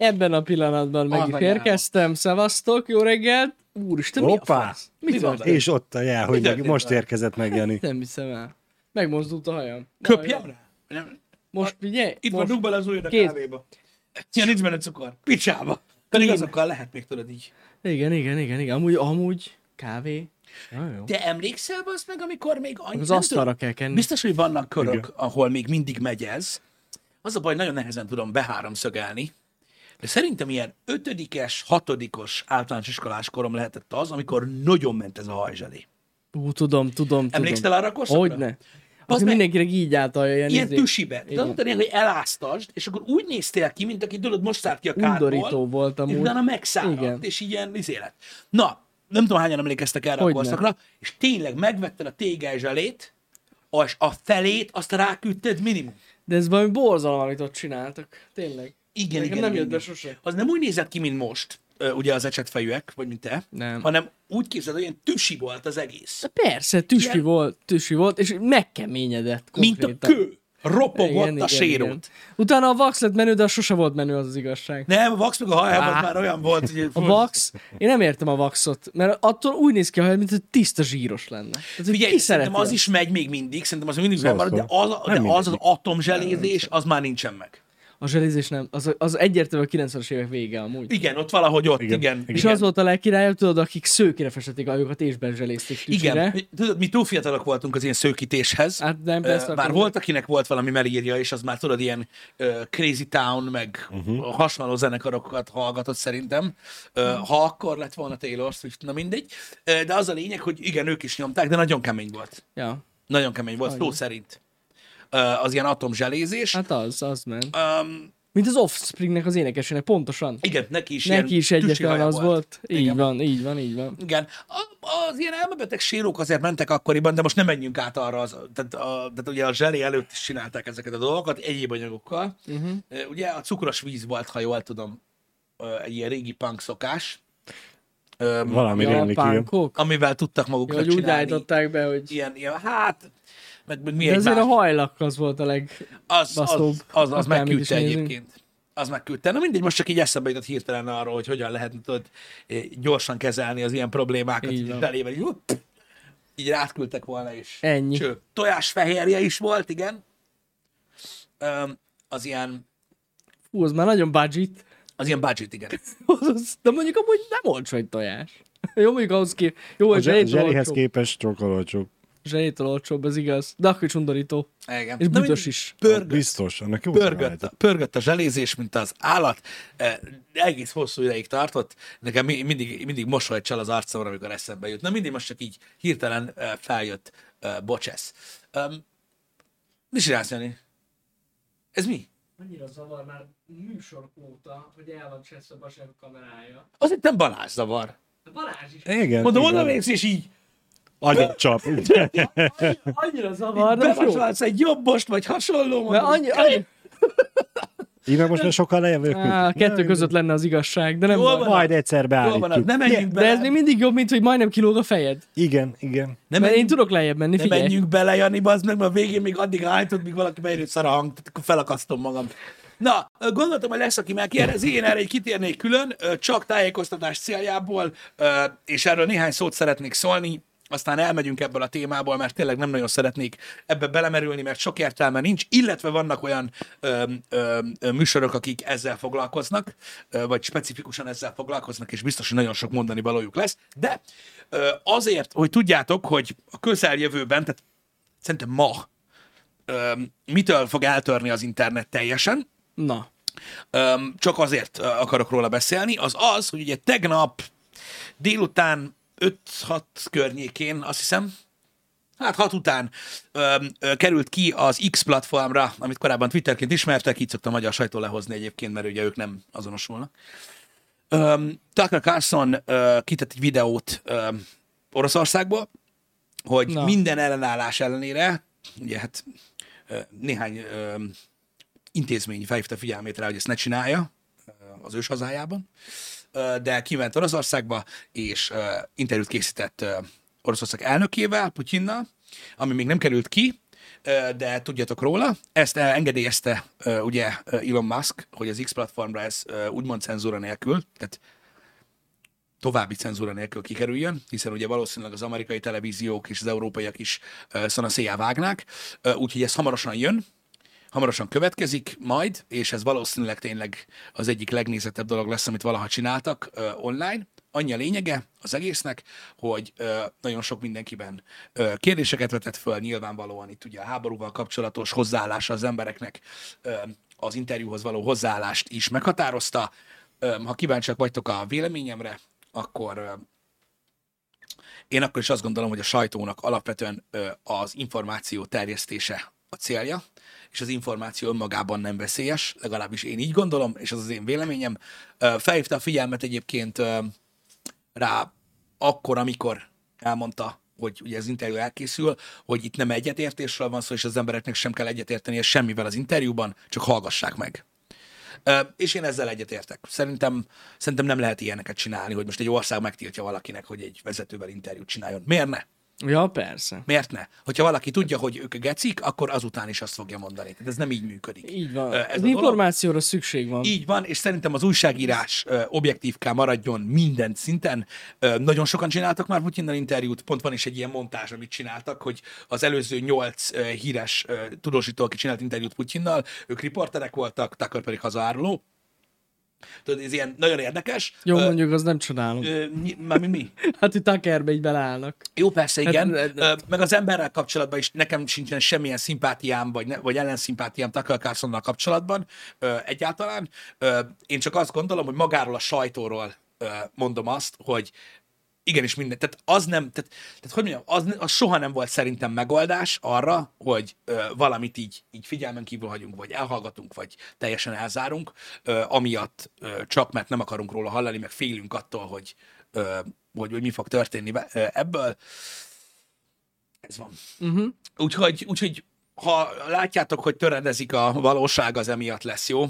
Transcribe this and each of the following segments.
Ebben a pillanatban meg is érkeztem. Szevasztok, jó reggelt. Úristen, mi a fasz? Mi van? És ott a jel, hogy most érkezett meg, Jani. Nem hiszem el. Megmozdult a hajam. Köpjem rá? Most figyelj. Itt van, dugd bele az ujjad a kávéba. Ja, nincs benne cukor. Picsába. Pedig azokkal lehet még, tudod így. Igen. Amúgy kávé. Jó. Te emlékszel azt meg, amikor még annyi... Az asztalra kell kenni. Biztos, hogy vannak körök, ahol még mindig megy ez. Az a baj, nagyon nehezen tudom beháromszögelni. De szerintem ilyen 5-es, 6-os általános iskolás korom lehetett az, amikor nagyon ment ez a hajzselé. Tudom. Emlékszel arra a korszakra? Hogyne. Akkor mindenkinek így általja. Ilyen tüsibe. Tudod, hogy eláztasd, és akkor úgy néztél ki, mint aki tudod, most szállt ki a kádból. Undorító volt amúgy. És utána megszáradt, és így ilyen izélet. Na, nem tudom, hányan emlékeztek erre a korszakra, és tényleg megvetted a tégelyzselét, és a felét azt ráküldted minimum. De ez valami borzalom, amit ott csináltak. Tényleg. Igen. Nem jött be sose. Az nem úgy nézett ki, mint most, ugye az ecsetfejűek, vagy mint te, hanem úgy képzeld, hogy ilyen tüsi volt az egész. De persze, tüsi volt, és megkeményedett konkrétan. Mint a kő. Ropogott a sérót. Igen. Utána a Vax lett menő, de az sose volt menő, az igazság. Nem, a Vax meg a hajában már olyan volt, hogy... A Vax, én nem értem a Vaxot, mert attól úgy néz ki a hajad, mint hogy tiszta zsíros lenne. Tehát, figyelj, szerintem az is megy még mindig, szerintem az mindig megmarad, de az atomzselézés, az már nincsen meg. A zselézés nem, az egyértelműen a 90-es évek vége amúgy. Igen, ott valahogy ott, igen. És az volt a legkirályabb, tudod, akik szőkére festették a hajukat és bezselézték tüsire. Igen, tudod, mi túl fiatalok voltunk az ilyen szőkítéshez. Hát nem, persze. Bár volt, akinek volt valami melírja, és az már tudod, ilyen Crazy Town, meg hasonló zenekarokat hallgatott szerintem. Ha akkor lett volna Taylor Swift, na mindegy. De az a lényeg, hogy igen, ők is nyomták, de nagyon kemény volt. Ja. Nagyon kemény volt, szó szerint. Az ilyen atomzselézés. Hát az ment. Mint az Offspringnek az énekesének, pontosan. Igen, neki is egyetlen az volt. Így igen. van. Igen. Az ilyen elmebeteg sérók azért mentek akkoriban, de most nem menjünk át arra. Tehát ugye a zselé előtt is csinálták ezeket a dolgokat, egyéb anyagokkal. Ugye a cukros víz volt, ha jól tudom, egy ilyen régi punk szokás. Valami rémlik, amivel tudtak maguknak csinálni. Úgy állították be, hogy... Ilyen hát... De azért a hajlak az volt a legbasztóbb. Az megküldte egyébként. Az megküldte. Na mindegy, most csak így eszembe jutott hirtelen arról, hogy hogyan lehetne tudod, gyorsan kezelni az ilyen problémákat. Így rátküldtek volna is. Ennyi. Tojásfehérje is volt, igen. Az ilyen... Fú, az már nagyon budget. Az ilyen budget, igen. De mondjuk amúgy nem olcsó egy tojás. Jó, mondjuk ahhoz jó, a zselihez képest sokkal olcsóbb. Zselétől olcsóbb, ez igaz. De akkor is undorító. Igen. És büdös is. Biztos, annak jó pörgött a zselézés, mint az állat. Egész hosszú ideig tartott. Nekem mindig mosolyt csal az arcomra, amikor eszembe jut. Na mindig most csak így hirtelen feljött bocsesz. Mi csinálsz, Jani? Ez mi? Annyira zavar már műsor óta, hogy el van cseszve Balázs kamerája. Az itt nem Balázs zavar. De Balázs is. Igen. Mondom, onnan mész, és így. Agyoncsap. Annyira zavar. Bevasalsz egy jobbost, vagy hasonló. Annyi... Így meg most már sokkal lejjebb. A kettő között lenne az igazság, de nem majd egyszer beállítjuk. Nem menjünk bele. De ez még mindig jobb, mint hogy majdnem kilóg a fejed. Igen. Mert én tudok lejjebb menni, figyelj. Nem menjünk bele, Jani, bazd meg, mert a végén még addig állítod, míg valaki beírja szar a hang, tehát akkor felakasztom magam. Na, gondoltam, hogy lesz, aki megkérdezi, én erre egy kitérnék külön, csak tájékoztatás céljából, és erről néhány szót szeretnék szólni, aztán elmegyünk ebből a témából, mert tényleg nem nagyon szeretnék ebbe belemerülni, mert sok értelme nincs, illetve vannak olyan műsorok, akik ezzel foglalkoznak, vagy specifikusan ezzel foglalkoznak, és biztos, hogy nagyon sok mondani valójuk lesz, de azért, hogy tudjátok, hogy a közeljövőben, tehát szerintem ma, mitől fog eltörni az internet teljesen, na. Csak azért akarok róla beszélni, az, hogy ugye tegnap délután 5-6 környékén, azt hiszem, 6 után került ki az X platformra, amit korábban Twitterként ismertek, így szokta a magyar sajtó lehozni egyébként, mert ugye ők nem azonosulnak. Tucker Carlson kitett egy videót Oroszországból, hogy minden ellenállás ellenére, ugye hát néhány intézmény felhívta figyelmét rá, hogy ezt ne csinálja az ős hazájában, de kiment Oroszországba, és interjút készített Oroszország elnökével, Putyinnal, ami még nem került ki, de tudjatok róla. Ezt engedélyezte ugye Elon Musk, hogy az X platformra ez úgymond cenzúra nélkül, tehát további cenzúra nélkül kikerüljön, hiszen ugye valószínűleg az amerikai televíziók és az európaiak is szanaszéjjel vágnák, úgyhogy ez hamarosan jön, hamarosan következik majd, és ez valószínűleg tényleg az egyik legnézettebb dolog lesz, amit valaha csináltak online. Annyi a lényege az egésznek, hogy nagyon sok mindenkiben kérdéseket vetett föl, nyilvánvalóan itt ugye a háborúval kapcsolatos hozzáállása az embereknek az interjúhoz való hozzáállást is meghatározta. Ha kíváncsiak vagytok a véleményemre, akkor én akkor is azt gondolom, hogy a sajtónak alapvetően az információ terjesztése a célja, és az információ önmagában nem veszélyes, legalábbis én így gondolom, és az az én véleményem. Felhívta a figyelmet egyébként rá akkor, amikor elmondta, hogy ugye az interjú elkészül, hogy itt nem egyetértésről van szó, és az embereknek sem kell egyetértenie semmivel az interjúban, csak hallgassák meg. És én ezzel egyetértek. Szerintem nem lehet ilyeneket csinálni, hogy most egy ország megtiltja valakinek, hogy egy vezetővel interjút csináljon. Miért ne? Ja, persze. Miért ne? Hogyha valaki tudja, hogy ők gecik, akkor azután is azt fogja mondani. Tehát ez nem így működik. Így van. Ez Az a információra szükség van. így van, és szerintem az újságírás objektív kell maradjon minden szinten. Nagyon sokan csináltak már Putyinnal interjút, pont van is egy ilyen montázs, amit csináltak, hogy az előző 8 híres tudósító, aki csinált interjút Putyinnal, ők riporterek voltak, Tucker pedig hazaáruló. Tudod, ez ilyen nagyon érdekes. Jó, mondjuk, az nem csodálom. Mi? Hát itt Tuckerbe így beleállnak. Jó, persze, igen. Hát, Meg az emberrel kapcsolatban is nekem sincsen semmilyen szimpátiám, vagy ellenszimpátiám Tucker Carlsonnal kapcsolatban egyáltalán. Én csak azt gondolom, hogy magáról a sajtóról mondom azt, hogy igenis minden, tehát az nem, tehát hogy mondjam, az soha nem volt szerintem megoldás arra, hogy valamit így figyelmen kívül hagyunk, vagy elhallgatunk, vagy teljesen elzárunk, amiatt csak mert nem akarunk róla hallani, meg félünk attól, hogy mi fog történni ebből. Ez van. Uh-huh. Úgyhogy ha látjátok, hogy töredezik a valóság, az emiatt lesz, jó?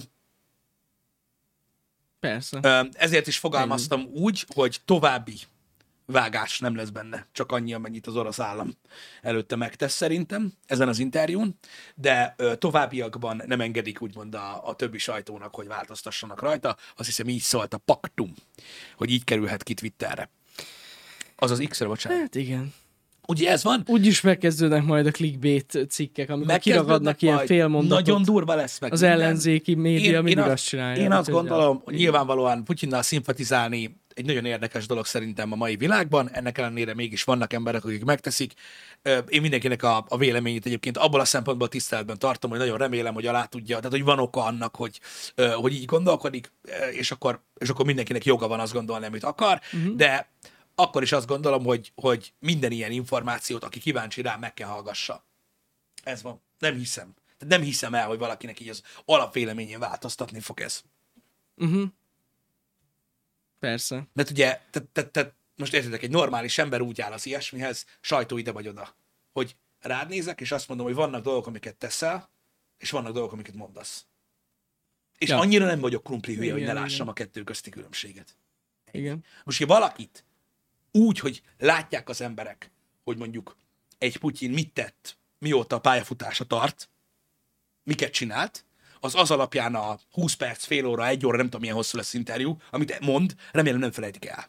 Persze. Ezért is fogalmaztam úgy, hogy további vágás nem lesz benne, csak annyi, amennyit az orosz állam előtte megtesz szerintem ezen az interjún, de továbbiakban nem engedik úgymond a többi sajtónak, hogy változtassanak rajta. Azt hiszem így szólt a paktum, hogy így kerülhet ki Twitterre. Azaz X-re, bocsánat. Hát igen. Ugye ez van? Úgyis megkezdődnek majd a clickbait cikkek, amikor kiragadnak ilyen félmondatot. Nagyon durva lesz meg. Az ellenzéki média mindig azt csinálja. Én azt gondolom, hogy nyilvánvalóan Putyinnal szimpatizálni egy nagyon érdekes dolog szerintem a mai világban, ennek ellenére mégis vannak emberek, akik megteszik. Én mindenkinek a véleményét egyébként abból a szempontból tiszteletben tartom, hogy nagyon remélem, hogy alá tudja, tehát hogy van oka annak, hogy így gondolkodik, és akkor mindenkinek joga van azt gondolni, amit akar, de akkor is azt gondolom, hogy minden ilyen információt, aki kíváncsi rá, meg kell hallgassa. Ez van. Nem hiszem. Tehát nem hiszem el, hogy valakinek így az alapvéleményén változtatni fog ez. Uh-huh. Persze. Mert ugye, most értitek, egy normális ember úgy áll az ilyesmihez, sajtó ide vagy oda, hogy rád nézek, és azt mondom, hogy vannak dolgok, amiket teszel, és vannak dolgok, amiket mondasz. És annyira nem vagyok krumpli hülye, hogy ne lássam a kettő közti különbséget. Igen. Most, ha valakit úgy, hogy látják az emberek, hogy mondjuk egy Putyin mit tett, mióta a pályafutása tart, miket csinált, az alapján a 20 perc, fél óra, 1 óra, nem tudom milyen hosszú lesz interjú, amit mond, remélem nem felejtik el.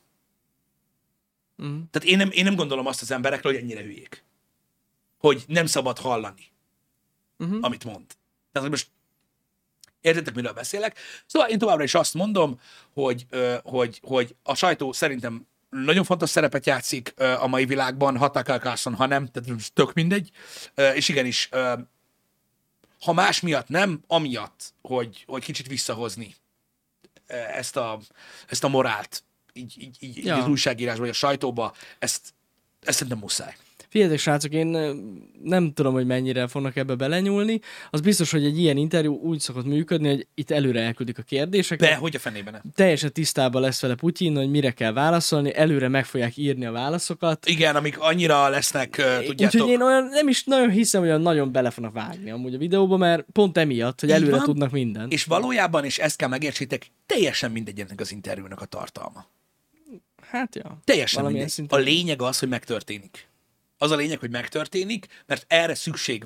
Tehát én nem gondolom azt az emberekről, hogy ennyire hülyék. Hogy nem szabad hallani, amit mond. Tehát most értitek, miről beszélek? Szóval én továbbra is azt mondom, hogy a sajtó szerintem nagyon fontos szerepet játszik a mai világban, ha Tucker Carlson, ha nem, tehát tök mindegy. És igenis, ha más miatt nem, amiatt, hogy kicsit visszahozni ezt a morált így az újságírásba, vagy a sajtóba, ezt szerintem muszáj. Figyeljetek, srácok, én nem tudom, hogy mennyire fognak ebbe belenyúlni. Az biztos, hogy egy ilyen interjú úgy szokott működni, hogy itt előre elküldik a kérdéseket. De hogy a fenében? Teljesen tisztában lesz vele Putyin, hogy mire kell válaszolni, előre meg fogják írni a válaszokat. Igen, amik annyira lesznek, tudjátok. Úgyhogy én nem is nagyon hiszem, hogy olyan nagyon bele fognak vágni amúgy a videóba, mert pont emiatt, hogy előre tudnak mindent. És valójában, és ezt kell megértsétek, teljesen mindegy ennek az interjúnak a tartalma. Hát ja. Teljesen mindegy. A lényeg az, hogy megtörténik. Az a lényeg, hogy megtörténik, mert erre szükség van,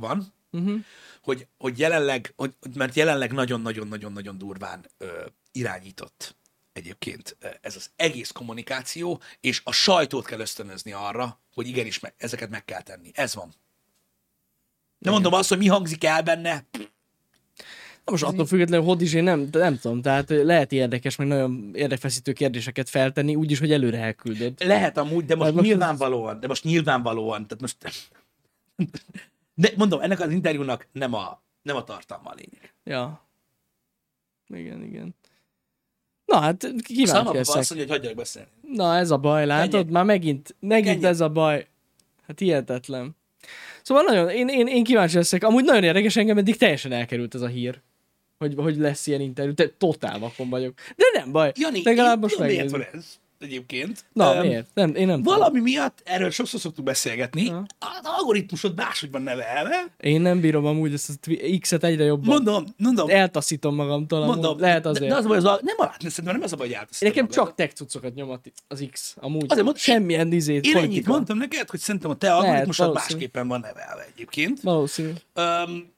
hogy jelenleg, mert jelenleg nagyon-nagyon-nagyon-nagyon durván irányított egyébként ez az egész kommunikáció, és a sajtót kell ösztönözni arra, hogy igenis ezeket meg kell tenni. Ez van. Nem mondom azt, hogy mi hangzik el benne. Most attól függetlenül Hodis, én nem tudom, tehát lehet érdekes, meg nagyon érdekfeszítő kérdéseket feltenni, úgyis, hogy előre elküldöd. Lehet amúgy, de most nyilvánvalóan, tehát most de mondom, ennek az interjúnak nem a tartalma a lényeg. Ja. Igen. Na hát, kíváncsi azt leszek. mondja, hogy hagyják beszélni. Na ez a baj, látod? Ennyi. Már megint Ennyi. ez a baj. Hát hihetetlen. Szóval nagyon, én kíváncsi leszek. Amúgy nagyon érdekes, engem eddig teljesen elkerült ez a hír, hogy lesz ilyen interjú. Totál vakon vagyok. De nem baj. Jani, legalább most miért megnézzük. van ez egyébként? Na, miért? Én nem Valami miatt, erről sokszor szoktuk beszélgetni, Ja. az algoritmusod máshogy van nevelve. Én nem bírom amúgy ezt a X-et egyre jobban. Mondom, Eltaszítom magamtól. Amúgy. Lehet azért. De az a baj, szerintem nem az a baj, hogy eltaszítod Nekem magad. csak tech cuccokat nyomat az X. Amúgy Azért mondom, semmilyen izét, Én ennyit politika. mondtam neked, hogy szerintem a te algoritmusod valószínű. másképpen van nevelve egyébként. Valószínű. Um,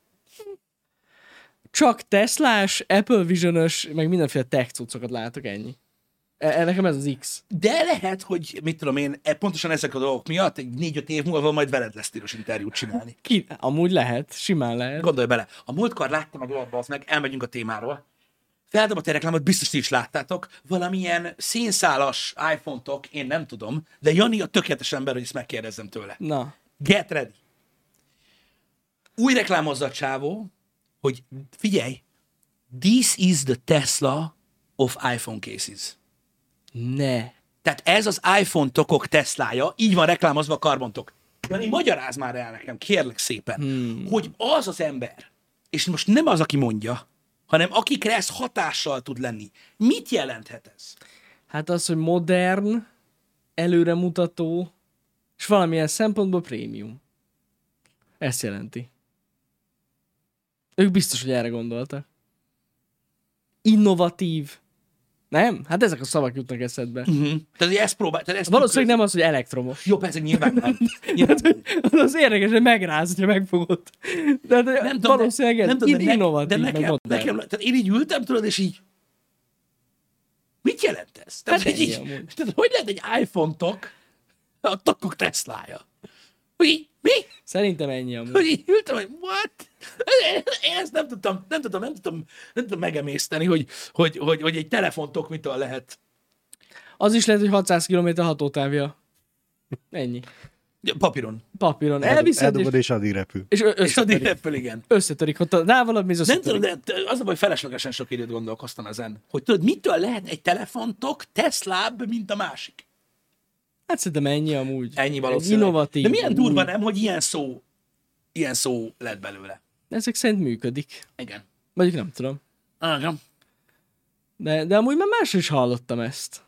Csak Teslás, Apple Vision-ös, meg mindenféle tech cuccokat látok, ennyi. Nekem ez az X. de lehet, hogy mit tudom én, pontosan ezek a dolgok miatt egy 4-5 év múlva majd veled lesz tilos interjút csinálni. Amúgy lehet, simán lehet. Gondolj bele. A múltkor láttam egy olyat, meg, elmegyünk a témáról. Feldobott egy reklámot, biztos ti is láttátok, valamilyen színszálas iPhone-tok, én nem tudom, de Jani a tökéletes ember, hogy ezt megkérdezzem tőle. Na, Get ready. Új reklámozza a csávó, hogy figyelj, this is the Tesla of iPhone cases. ne. Tehát ez az iPhone tokok Teslája, így van reklámozva a karbontok. Jani, magyarázz már el nekem, kérlek szépen, hogy az az ember, és most nem az, aki mondja, hanem akikre ez hatással tud lenni. Mit jelenthet ez? Hát az, hogy modern, előremutató, és valamilyen szempontból prémium. Ezt jelenti. Ők biztos, hogy erre gondoltak. Innovatív. Nem? Hát ezek a szavak jutnak eszedbe. Tehát ezt próbál. Valószínűleg nem az, hogy elektromos. Jó, persze, nyilván nem. Nyilván nem. Az érdekes, hogy megráz, hogyha megfogod. De Nem tudom, valószínűleg nem tudom, innovatív, de meg modern. nekem, tehát én így ültem, tudod, és így, mit jelent ez? Tehát, Hát hogy, így, ennyi amúgy. tehát hogy lehet egy iPhone-tok, a tokok Teslája? Hogy így, mi? Szerintem ennyi amúgy. Hogy így ültem, hogy what? Én ezt nem tudtam megemészteni, hogy egy telefontok mitől lehet. Az is lehet, hogy 600 km hatótávja. Ennyi. Papíron. Papíron. Elviszed, Eldobod és addig repül. és És a összetörik. direpel, igen. Összetörik. Ha távolabb mész, Nem tudom, összetörik. de az a baj, feleslegesen sok időt gondolkoztam ezen. Hogy tudod, mitől lehet egy telefontok Teslább, mint a másik? Hát szerintem ennyi amúgy. Ennyi Egy valószínűleg. innovatív. De milyen durva új. nem, hogy ilyen szó lett belőle. Ezek szerint működik. Igen. Mondjuk nem tudom. Igen. De amúgy már másról is hallottam ezt.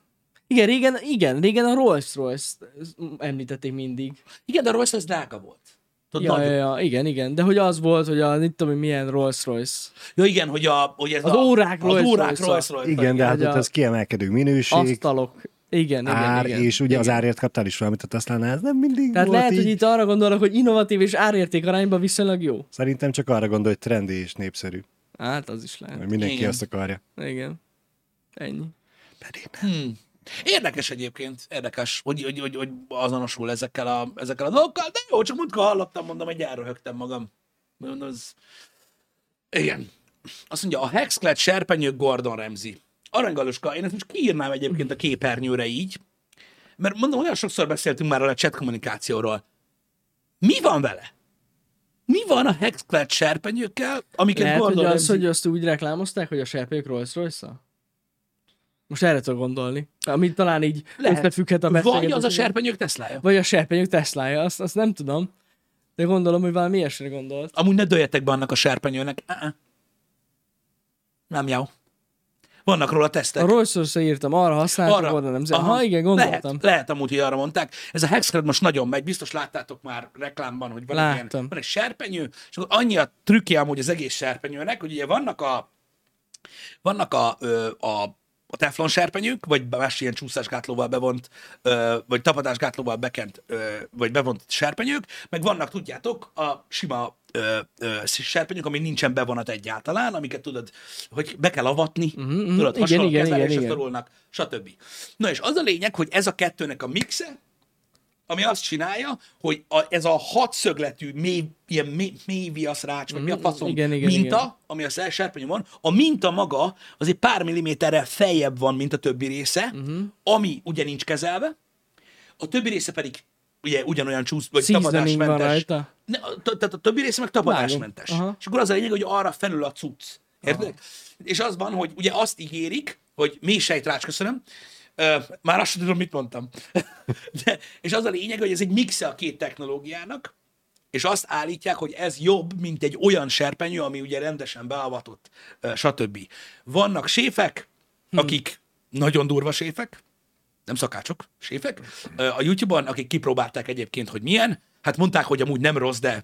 Régen a Rolls-Royce említették mindig. Igen, de a Rolls ez drága volt. Tudod, Ja, igen. De hogy az volt, hogy mit tudom én, milyen Rolls-Royce. Ja, igen, hogy ez Az órák az órák Rolls-Royce-a. Rolls-Royce. Igen, de hát Hogy ott a- ez kiemelkedő minőség, Asztalok. Igen. és ugye az árért kaptál is valamit a Tesla-nál, ez nem mindig Tehát volt lehet, így. hogy itt arra gondolok, hogy innovatív és árérték arányban viszonylag jó. Szerintem csak arra gondol, hogy trendi és népszerű. Hát az is lehet. Mert mindenki Igen. azt akarja. Igen. Ennyi. Pedig nem. Érdekes egyébként, érdekes, hogy azonosul ezekkel a dolgokkal, de jó, csak múltkor hallottam, mondom, hogy elröhögtem magam. Mondom, az... Igen. Azt mondja, a Hexclad serpenyők Gordon Ramsay. Aranygaluska, én ezt most kiírnám egyébként a képernyőre így, mert mondom, olyan sokszor beszéltünk már a chat kommunikációról. Mi van vele? Mi van a Hexclad serpenyőkkel, amiket Lehet, Gordon hogy az, Ramsay... hogy azt úgy reklámozták, hogy a serpenyők Rolls-Royce-a? Most erre tudok gondolni. Amit talán így összefügghet a beszélgetés. Vagy az a serpenyők Teslája. Vagy a serpenyők Teslája, azt nem tudom. De gondolom, hogy valami ilyesre gondolt. Amúgy ne dőljetek be annak a serpenyőnek. Nem jó. Vannak róla tesztek. A Rolls-Royce-ra írtam, arra használtam, arra nem. Ha igen, gondoltam. Lehet amúgy, hogy arra mondták. Ez a Hexclad most nagyon megy, biztos láttátok már reklámban, hogy van egy, ilyen, van egy serpenyő, és akkor annyi a trükkje amúgy az egész serpenyőnek, hogy ugye vannak a teflon serpenyők, vagy más ilyen csúszásgátlóval bevont, vagy tapadásgátlóval bekent, vagy bevont serpenyők, meg vannak, tudjátok, a sima serpenyők, ami nincsen bevonat egyáltalán, amiket tudod, hogy be kell avatni, tudod, hasonló igen, kezelésre igen. szorulnak, stb. Na és az a lényeg, hogy ez a kettőnek a mixe, ami azt csinálja, hogy ez a hatszögletű mély viaszrács, vagy mi a faszom igen, minta, ami a serpenyőn van, a minta maga az egy pár milliméterrel feljebb van, mint a többi része, ami ugye nincs kezelve, a többi része pedig ugye ugyanolyan csúsz, vagy Seasoning van tapadásmentes. rajta. Tehát a többi része meg tapadásmentes. Aha. És akkor az a lényeg, hogy arra felül a cucc. Érted? És az van, hogy ugye azt ígérik, hogy mély sejtrács, köszönöm, már azt sem tudom, mit mondtam. És az a lényeg, hogy ez egy mixe a két technológiának, és azt állítják, hogy ez jobb, mint egy olyan serpenyő, ami ugye rendesen beavatott, stb. Vannak séfek, akik nagyon durva séfek, nem szakácsok, séfek, a YouTube-on, akik kipróbálták egyébként, hogy milyen, hát mondták, hogy amúgy nem rossz, de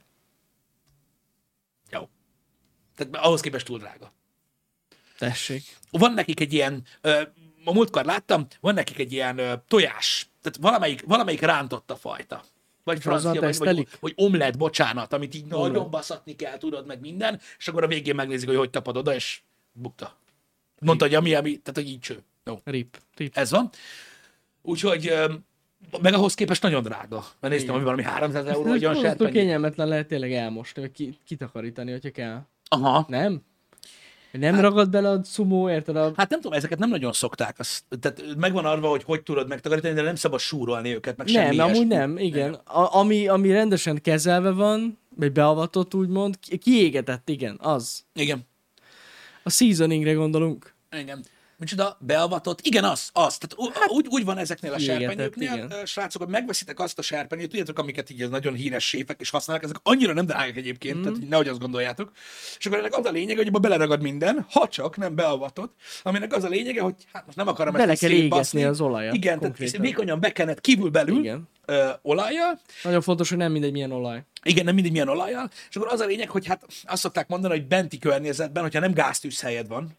jó. Tehát ahhoz képest túl drága. Tessék. Van nekik egy ilyen, a múltkor láttam, van nekik egy ilyen tojás, tehát valamelyik rántotta fajta. Vagy francia, vagy omlett, bocsánat, amit így nagyon baszatni kell, tudod, meg minden, és akkor a végén megnézik, hogy tapad oda, és bukta. Mondta, hogy ami, tehát hogy így cső. No. Rip. Ez van. Úgyhogy, meg ahhoz képest nagyon drága. Mert néztem, hogy valami 300 euró, vagy olyan serpenyő. Kényelmetlen lehet tényleg elmosni, vagy kitakarítani, hogyha kell. Aha. Nem? Nem ragad bele a szumó, érted? Hát nem tudom, ezeket nem nagyon szokták. Tehát megvan arra, hogy tudod megtakarítani, de nem szabad súrolni őket, meg semmi Nem, ilyesmi. amúgy nem, igen. Ami rendesen kezelve van, vagy beavatott úgymond, kiégetett, igen, az. Igen. A seasoningre gondolunk. Igen. Micsoda, beavatott? Igen, az. Tehát úgy van ezeknél a serpenyőknél, igen. Srácok, hogy megveszitek azt a serpenyőt, tudjátok, amiket így nagyon híres séfek is használnak, ezek annyira nem drágák egyébként, tehát így nehogy azt gondoljátok. És akkor ennek az a lényege, hogy abba beleragad minden, ha csak nem beavatott, aminek az a lényege, hogy hát most nem akarom Bele ezt kell égetni az olajat. Igen, tehát vékonyan bekened kívül-belül olajjal. Nagyon fontos, hogy nem mindegy milyen olaj. Igen, nem mindegy milyen olajjal. És akkor az a lényeg, hogy hát azt szokták mondani, hogy benti környezetben, hogyha nem gáztűzhelyed van,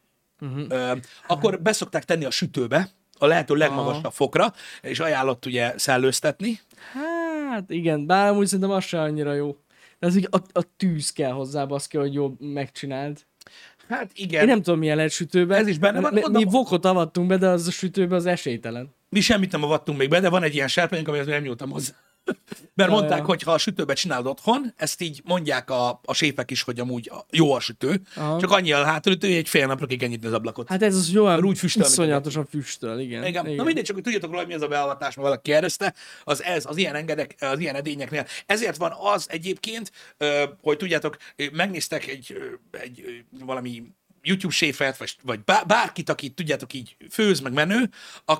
akkor beszokták tenni a sütőbe, a lehető legmagasabb fokra, és ajánlott ugye szellőztetni. Hát igen, bár amúgy szerintem az se annyira jó. De az így a tűz kell hozzá, baszki, hogy jó megcsináld. Hát igen. Én nem tudom, milyen lehet sütőben. Ez is benne van. Mi vokot avattunk be, de az a sütőben az esélytelen. Mi semmit nem avattunk még be, de van egy ilyen serpenyőnk, amihez nem nyúltam hozzá. Mert mondták, hogy ha a sütőbe csinálod otthon, ezt így mondják a séfek is, hogy amúgy jó a sütő, csak annyi a hátulütő, hogy egy fél napra ki kell nyitni az ablakot. Hát ez az jó, úgy füstöl, iszonyatosan füstöl, igen. Na mindegy, csak hogy tudjátok róla, hogy mi az a beavatás, mert valaki kérdezte, az ilyen edényeknél. Ezért van az egyébként, hogy tudjátok, megnéztek egy valami YouTube séfet, vagy bárkit, akit tudjátok így főz, meg menő,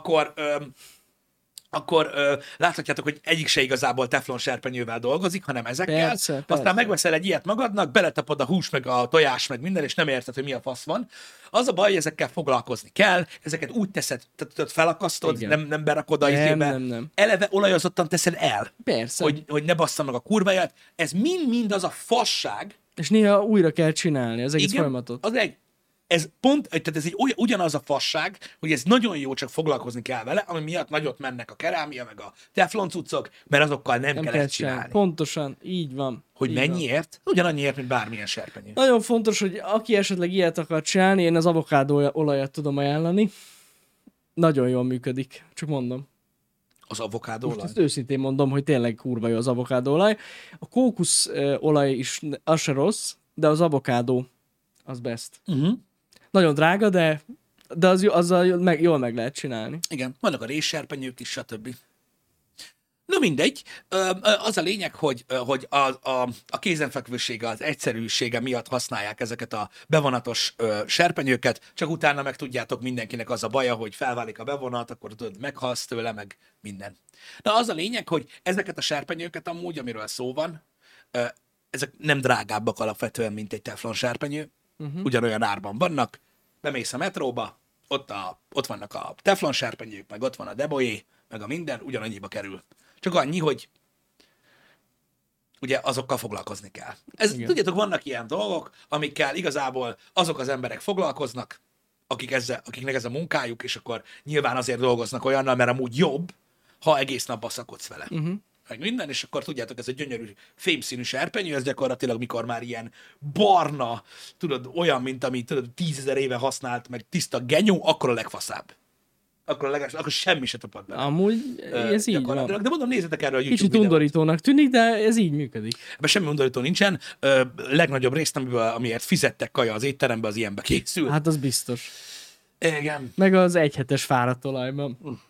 akkor láthatjátok, hogy egyik se igazából teflon serpenyővel dolgozik, hanem ezekkel. Persze. Aztán megveszel egy ilyet magadnak, beletapod a hús, meg a tojás, meg minden, és nem érted, hogy mi a fasz van. Az a baj, hogy ezekkel foglalkozni kell, ezeket úgy teszed, tehát felakasztod, nem berakod a izébe. Nem. Eleve olajozottan teszed el. Persze. Hogy ne bassza meg a kurváját. Ez mind az a fasság. És néha újra kell csinálni az egész folyamatot. Tehát ez ugyanaz a fasság, hogy ez nagyon jó, csak foglalkozni kell vele, ami miatt nagyot mennek a kerámia, meg a teflon cuccok, mert azokkal nem kell ezt csinálni. Pontosan, így van. Hogy így mennyiért? Ugyanannyiért, mint bármilyen serpenyő. Nagyon fontos, hogy aki esetleg ilyet akar csinálni, én az avokádó olajat tudom ajánlani. Nagyon jól működik, csak mondom. Az avokádó olaj? Ezt őszintén mondom, hogy tényleg kurva jó az avokádó olaj. A kókusz olaj is, az se rossz, de az avokádó az best. Nagyon drága, de azzal jól meg lehet csinálni. Igen, vannak a rézserpenyők is, stb. No mindegy, az a lényeg, hogy a kézenfekvősége, az egyszerűsége miatt használják ezeket a bevonatos serpenyőket, csak utána meg tudjátok, mindenkinek az a baja, hogy felválik a bevonat, akkor tudod, meghalsz tőle, meg minden. Na az a lényeg, hogy ezeket a serpenyőket amúgy, amiről szó van, ezek nem drágábbak alapvetően, mint egy teflon serpenyő, ugyanolyan árban vannak, bemész a metróba, ott vannak a teflon serpenyők, meg ott van a deboyé, meg a minden, ugyanannyiba kerül. Csak annyi, hogy ugye azokkal foglalkozni kell. Tudjátok, vannak ilyen dolgok, amikkel igazából azok az emberek foglalkoznak, akiknek ez a munkájuk, és akkor nyilván azért dolgoznak olyannal, mert amúgy jobb, ha egész nap baszakodsz vele. meg minden, és akkor tudjátok, ez egy gyönyörű fémszínű serpenyő, ez gyakorlatilag mikor már ilyen barna, tudod, olyan, mint ami tudod, 10 000 éve használt, meg tiszta genyó, akkor a legfaszább. Akkor semmi se tapad bele. Amúgy ez így van. De mondom, nézzetek erre a YouTube Kicsit videót. undorítónak tűnik, de ez így működik. Ebben semmi undorító nincsen. Legnagyobb részt, amiért fizettek kaja az étterembe, az ilyenbe készül. Hát az biztos. Igen. Meg az egyhetes fáradt olajban.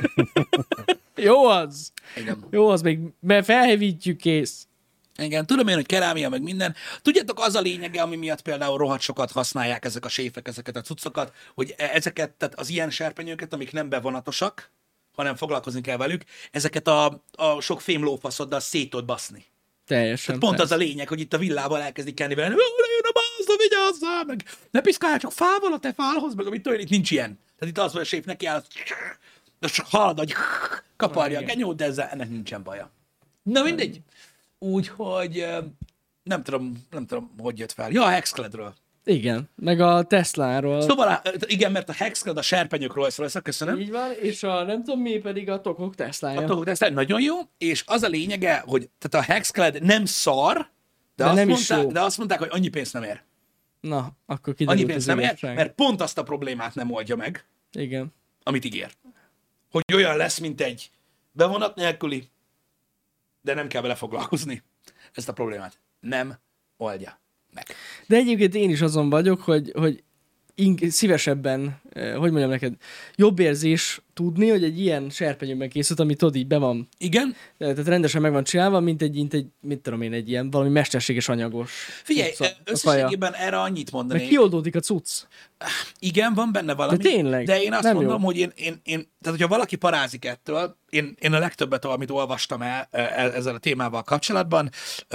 Jó az! Igen. Jó az, még felhevítjük, kész. Igen, tudom én, hogy kerámia, meg minden. Tudjátok, az a lényege, ami miatt például rohadt sokat használják ezek a séfek, ezeket a cuccokat, hogy ezeket, tehát az ilyen serpenyőket, amik nem bevonatosak, hanem foglalkozni kell velük, ezeket a sok fémlófaszoddal szét tud baszni. Teljesen. Tehát pont az a lényeg, hogy itt a villával elkezdik kenni vele, lejön a bázda, vigyázzál, meg ne piszkálj csak fával a te fálhoz, meg amit olyan, itt nincs ilyen. Tehát itt az, hogy a séf neki áll, de csak halad, hogy kaparja a genyót, de ezzel ennek nincsen baja. Na mindegy. Úgyhogy nem tudom, hogy jött fel. Ja, a Hexcladről. Igen, meg a Tesláról. Szóval igen, mert a Hexclad a serpenyők Rolls-Royce, köszönöm. Így van, és a nem tudom mi pedig a Tokok Teslája. A Tokok Tesla nagyon jó, és az a lényege, hogy tehát a Hexclad nem szar, de azt mondták, hogy annyi pénzt nem ér. Na, akkor Annyi kiderült pénzt az nem ér, igazság. mert pont azt a problémát nem oldja meg, Igen. amit ígér. Hogy olyan lesz, mint egy bevonat nélküli, de nem kell vele foglalkozni. Ezt a problémát nem oldja meg. De egyébként én is azon vagyok, hogy szívesebben, hogy mondjam neked, jobb érzés tudni, hogy egy ilyen serpenyőben készült, ami tudod így be van, Igen? tehát rendesen meg van csinálva, mint egy mit tudom én, egy ilyen valami mesterséges anyagos. Figyelj, cucca, a összességében erre annyit kaja. mondanék. Meg kioldódik a cucc. Igen, van benne valami. De tényleg? De én azt Nem mondom, jó. hogy én, tehát hogyha valaki parázik ettől, én a legtöbbet, amit olvastam ezzel a témával kapcsolatban,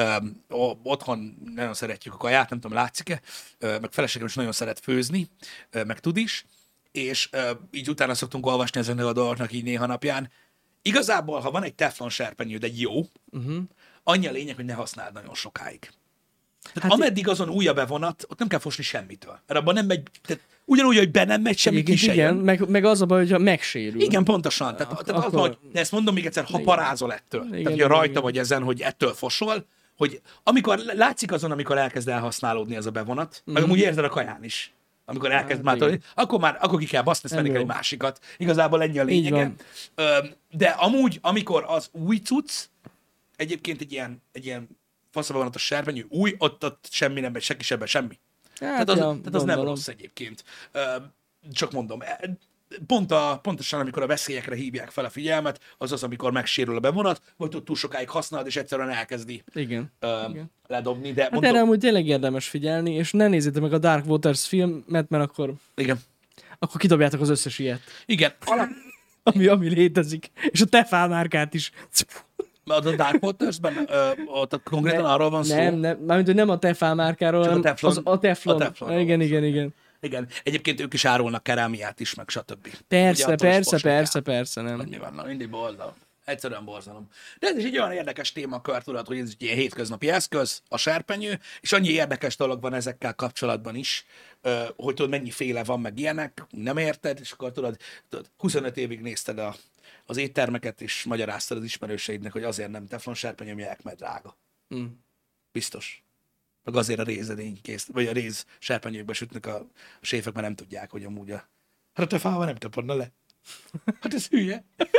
otthon nagyon szeretjük a kaját, nem tudom, látszik-e, meg feleségem is nagyon szeret főzni, meg tud is, és így utána szoktunk olvasni ezeknek a dolgoknak így néha napján. Igazából, ha van egy teflon serpenyőd, egy jó, annyi a lényeg, hogy ne használd nagyon sokáig. Tehát ameddig azon új a bevonat, ott nem kell fosni semmitől. Mert abban nem megy, tehát ugyanúgy, hogy be nem megy, semmi ki se Igen, jön. meg az a baj, hogyha megsérül. Igen, pontosan. Tehát az, hogy, de ezt mondom még egyszer, ha parázol ettől. Igen, Tehát, hogy igen, rajta igen. vagy ezen, hogy ettől fosol, hogy amikor látszik azon, amikor elkezd elhasználódni ez a bevonat, meg amúgy érzed a kaján is. Amikor elkezd már igen. akkor ki kell baszni, ezt venni Nem kell egy jó. másikat. Igazából ennyi a lényege. De amúgy, amikor az új cucc, egyébként egy ilyen faszabevonatos serpenyő, új, ott semmi nem megy, senki sebben, semmi. Hát, Tehát az nem rossz egyébként. Csak mondom, pontosan amikor a veszélyekre hívják fel a figyelmet, az az, amikor megsérül a bevonat, vagy tud túl sokáig használod, és egyszerűen elkezdi Igen. Igen. ledobni. De Hát mondom, erre amúgy tényleg érdemes figyelni, és ne nézzétek meg a Dark Waters filmet, mert akkor kidobjátok az összes ilyet, igen. ami létezik. És a Tefal márkát is. A Dark Waters-ben ott konkrétan arról van szó. Nem, mármint, hogy nem a Tefal márkáról, Csak a hanem teflon. a Teflon. A teflonról Igen, van szó. igen. Igen. Egyébként ők is árulnak kerámiát is, meg stb. Persze, Ugye attól is persze, fosni nem. Hogy mi van, na, mindig borzalom. Egyszerűen borzalom. De ez is egy olyan érdekes témakör, tudod, hogy ez egy ilyen hétköznapi eszköz, a serpenyő, és annyi érdekes dolog van ezekkel kapcsolatban is, hogy tudod, mennyi féle van, meg ilyenek, nem érted, és akkor tudod 25 évig nézted az éttermeket, és magyaráztad az ismerőseidnek, hogy azért nem teflon serpenyőmják, mert drága. Mm. Biztos. Meg azért a rézedény kész, vagy a réz serpenyőkbe sütnek a séfek, mert nem tudják, hogy amúgy hát a tefával nem tapadna le. Hát ez hülye.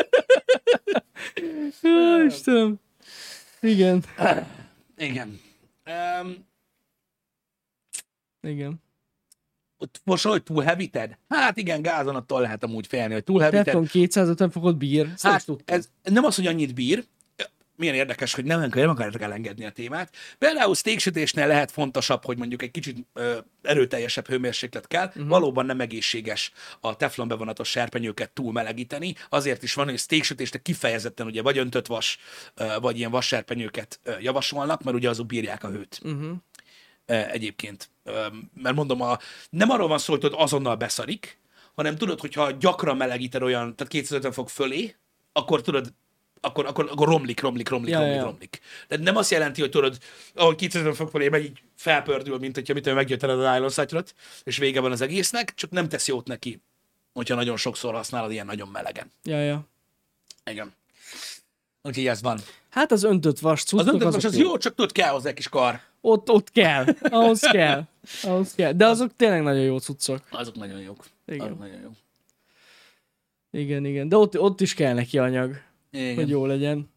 Istenem. Igen. Igen. Igen. Ott most hogy túlhevíted? Hát igen, gázon attól lehet amúgy félni, hogy túlhevíted. Teflon 250 fokot bír. Ezt Hát tudtam. ez nem az, hogy annyit bír, milyen érdekes, hogy nem akarjátok elengedni a témát. Például steaksütésnél lehet fontosabb, hogy mondjuk egy kicsit erőteljesebb hőmérséklet kell. Valóban nem egészséges a teflon bevonatos serpenyőket túl melegíteni. Azért is van, hogy steaksütésnek kifejezetten ugye vagy öntött vas, vagy ilyen vasserpenyőket javasolnak, mert ugye azok bírják a hőt. Egyébként. Mert mondom, nem arról van szó, hogy tudod, azonnal beszarik, hanem tudod, hogyha gyakran melegíted olyan, tehát 250 fok fölé, akkor tudod, akkor romlik. De nem azt jelenti, hogy tudod, ahogy 250 fok fölé megy, így felpördül, mint hogyha mit meggyöjtened a nylon szatyrot, és vége van az egésznek, csak nem tesz jót neki, hogyha nagyon sokszor használod ilyen nagyon melegen. Ja. Igen. Úgyhogy ez van. Hát az öntött vas Az cuccok, öntött vas azok az jó, csak tudod, kell hozzá egy kis kar. Ott kell. Ahhoz kell. Ahhoz kell. De azok tényleg nagyon jó cuccok. Azok nagyon jók. Igen. Azok nagyon jók. Igen. De ott is kell neki anyag, Igen. hogy jó legyen.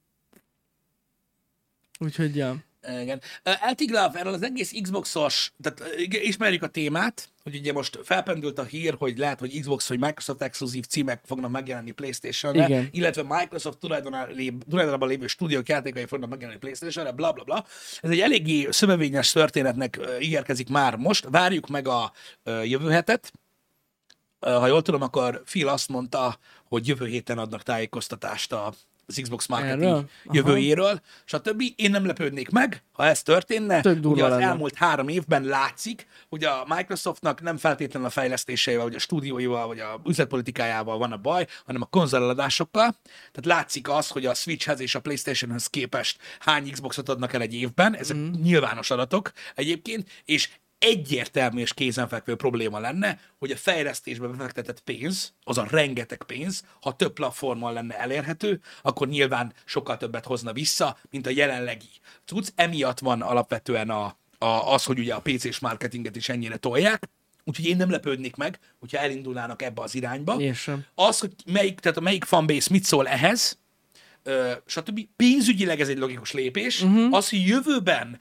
Úgyhogy, ja. Igen. Eltiglав erről az egész Xbox-os, tehát ismerjük a témát, hogy ugye most felpendült a hír, hogy lehet, hogy Xbox vagy Microsoft exkluzív címek fognak megjelenni PlayStation-re, Igen. illetve Microsoft tulajdonában lévő stúdiók játékai fognak megjelenni PlayStation-re, bla bla bla. Ez egy eléggé szövevényes történetnek ígérkezik már most. Várjuk meg a jövő hetet. Ha jól tudom, akkor Phil azt mondta, hogy jövő héten adnak tájékoztatást az Xbox marketing Erről? jövőjéről, stb. Én nem lepődnék meg, ha ez történne. Tök durva Ugye az lenne. elmúlt 3 évben látszik, hogy a Microsoftnak nem feltétlenül a fejlesztéseivel, vagy a stúdióival, vagy a üzletpolitikájával van a baj, hanem a konzoleladásokkal. Tehát látszik az, hogy a Switchhez és a PlayStationhez képest hány Xboxot adnak el egy évben. Ezek nyilvános adatok egyébként, és egyértelmű és kézenfekvő probléma lenne, hogy a fejlesztésbe befektetett pénz, az a rengeteg pénz, ha több platformon lenne elérhető, akkor nyilván sokkal többet hozna vissza, mint a jelenlegi cucc. Emiatt van alapvetően az, hogy ugye a PC-s marketinget is ennyire tolják, úgyhogy én nem lepődnék meg, hogyha elindulnának ebbe az irányba. Én sem. Az, hogy melyik fanbase mit szól ehhez, stb. Pénzügyileg ez egy logikus lépés. Az, hogy jövőben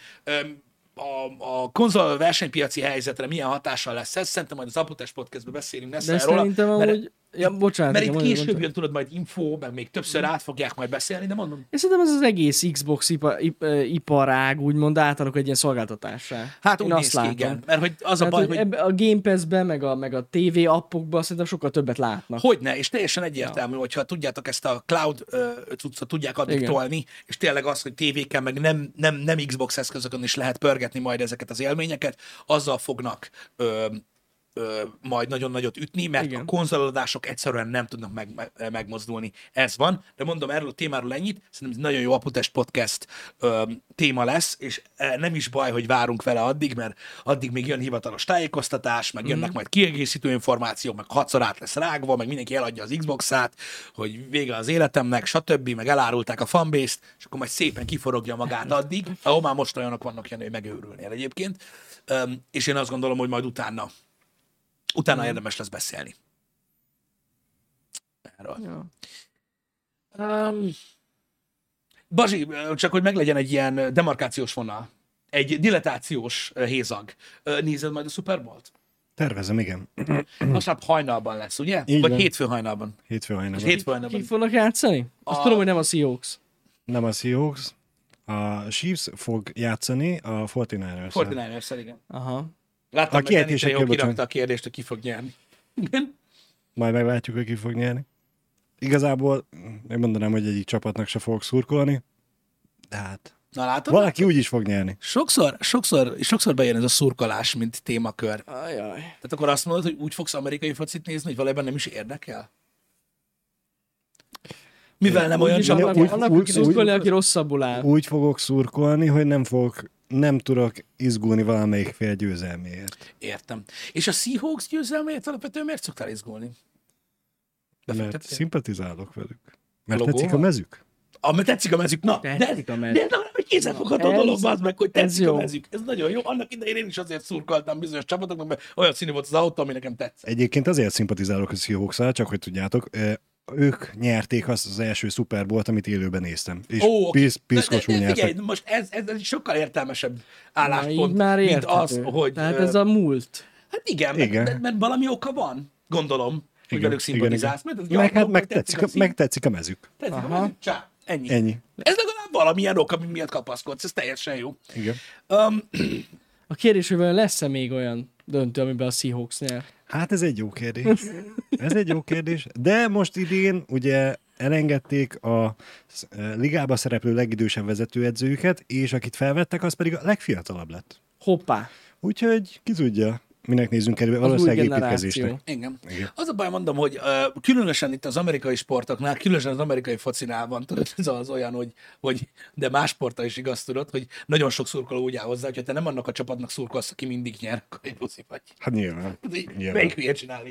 a konzol versenypiaci helyzetre milyen hatással lesz ez, szerintem majd az Apotás Podcastben beszélünk De róla. szerintem amúgy... Ja, bocsánat. Mert igen, itt mondjad, később jön, tudod, majd info, meg még többször át fogják majd beszélni, de mondom. Én szerintem ez az egész Xbox iparág úgymond átalakul egy ilyen szolgáltatássá. Hát Én úgy azt néz ki, látom. igen. Mert hogy az a Tehát, baj, hogy hogy ebbe a Game Pass-ben, meg a TV appokban szerintem sokkal többet látnak. hogyne, és teljesen egyértelmű, hogyha tudjátok ezt a cloud cuccot tudják addig Igen. tolni, és tényleg az, hogy tévéken, meg nem Xbox eszközökön is lehet pörgetni majd ezeket az élményeket, azzal fognak majd nagyon nagyot ütni, mert Igen. a konzolodások egyszerűen nem tudnak megmozdulni. Ez van, de mondom erről a témáról ennyit, szerintem ez nagyon jó Apotest Podcast téma lesz, és nem is baj, hogy várunk vele addig, mert addig még jön hivatalos tájékoztatás, meg jönnek majd kiegészítő információk, meg 6-szor át lesz rágva, meg mindenki eladja az Xbox-át, hogy vége az életemnek, stb., meg elárulták a fanbase-t, és akkor majd szépen kiforogja magát addig, ahol már most olyanok vannak, Jani, hogy megőrülnél egyébként, és én azt gondolom, hogy majd utána érdemes lesz beszélni. Erről. Ja. Bazsi, csak hogy meglegyen egy ilyen demarkációs vonal, egy diletációs hézag. Nézed majd a Super Bowl-t? Tervezem, igen. Vasárnap hajnalban lesz, ugye? Így Vagy van. hétfő hajnalban. Hétfő hajnalban. Hétfő hajnalban. Ki fognak játszani? Azt tudom, hogy nem a Seahawks. Nem a Seahawks. A Chiefs fog játszani a 49ers-szel. 49ers-szel, igen. Aha. Láttam, A hogy Dennis kiejtésekkel, jó bocsánat. kirakta a kérdést, hogy ki fog nyerni. Igen. Majd meglátjuk, hogy ki fog nyerni. Igazából én mondanám, hogy egyik csapatnak se fogok szurkolni, de hát Na látod? valaki úgy is fog nyerni. Sokszor bejön ez a szurkolás, mint témakör. Ajaj. Tehát akkor azt mondod, hogy úgy fogsz amerikai focit nézni, hogy valójában nem is érdekel? Mivel nem olyan Úgyis csapat? annak szurkolni, aki rosszabbul áll. Úgy fogok szurkolni, hogy nem tudok izgulni valamelyik fél győzelméért. Értem. És a Seahawks győzelmét alapvetően miért szoktál izgulni? Mert Befektettél? szimpatizálok velük. Mert Logóval? tetszik a mezük. Mert tetszik a mezük. Na, Tetszik a mezük. de ez nem egy kézzelfogható Ez- dolog, az meg, hogy ez tetszik a jó. mezük. Ez nagyon jó. Annak idején én is azért szurkoltam bizonyos csapatoknak, mert olyan színű volt az autó, ami nekem tetszett. Egyébként azért szimpatizálok a Seahawks-szal, csak hogy tudjátok, ők nyerték azt az első Super Bowl-t, amit élőben néztem. És Oké. piszkosul de figyelj, nyertek. most ez egy sokkal értelmesebb Na, így álláspont, már mint érthető. az, hogy... Tehát ez a múlt. Hát igen, Igen. mert valami oka van, gondolom, hogy Igen, velük szimpatizálsz. Mert ez Meg, hát gyakorlatilag meg tetszik a mezük. tetszik a Aha. mezük. Csá, ennyi. Ennyi. Ez legalább valamilyen ok, ami miatt kapaszkodsz, ez teljesen jó. Igen. A kérdés, hogy vajon lesz-e még olyan döntő, amiben a Seahawks nyer? Hát ez egy jó kérdés. Ez egy jó kérdés. De most idén ugye elengedték a ligába szereplő legidősebb vezetőedzőjüket, és akit felvettek, az pedig a legfiatalabb lett. Hoppá. Úgyhogy ki tudja, minek nézzünk elő, Az valószínűleg új generáció. építkezésnek. Igen. Igen. Az a baj, mondom, hogy különösen itt az amerikai sportoknál, különösen az amerikai focinál van, tudod, ez az olyan, hogy de más sporttal is igaz, tudod, hogy nagyon sok szurkoló úgy áll hozzá, hogyha te nem annak a csapatnak szurkolsz, aki mindig nyer, akkor egy buszi vagy. Hát nyilván. Tudod, így, Nyilván. melyik hülye csinál ilyet?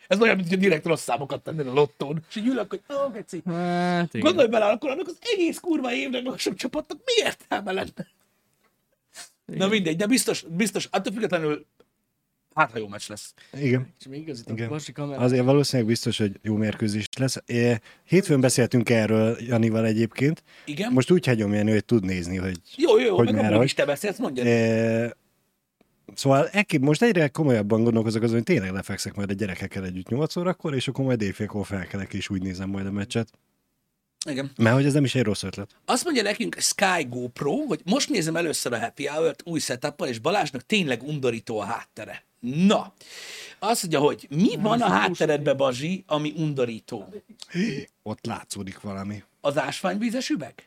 Ez olyan, mint hogy direkt rossz számokat tennél a lottón. És így ülök, hogy geci. Hát, igen. Gondolj bele, akkor annak az egész kurva évnek a sok csapatnak mi értelme lenne? Na mindegy, de biztos, attól függetlenül hát, ha jó meccs lesz. Igen. És még igazítom, Igen. Basi kamera. Azért valószínűleg biztos, hogy jó mérkőzés lesz. Hétfőn beszéltünk erről Janival egyébként. Igen? Most úgy hagyom Jani, hogy tud nézni, hogy... Jó, hogy meg merre, amúgy hogy- is te beszélsz, mondjad. Szóval most egyre komolyabban gondolkozok azon, hogy tényleg lefekszek majd a gyerekekkel együtt 8 órakor, és akkor majd éjfélkor felkelek, és úgy nézem majd a meccset. Igen. Mert hogy ez nem is egy rossz ötlet. Azt mondja nekünk Sky GoPro, hogy most nézem először a Happy Hour-t új setup és Balázsnak tényleg undorító a háttere. Na, azt mondja, hogy mi van a hátteredbe, Bazsi, ami undorító? Ott látszódik valami. Az ásványvízes üveg?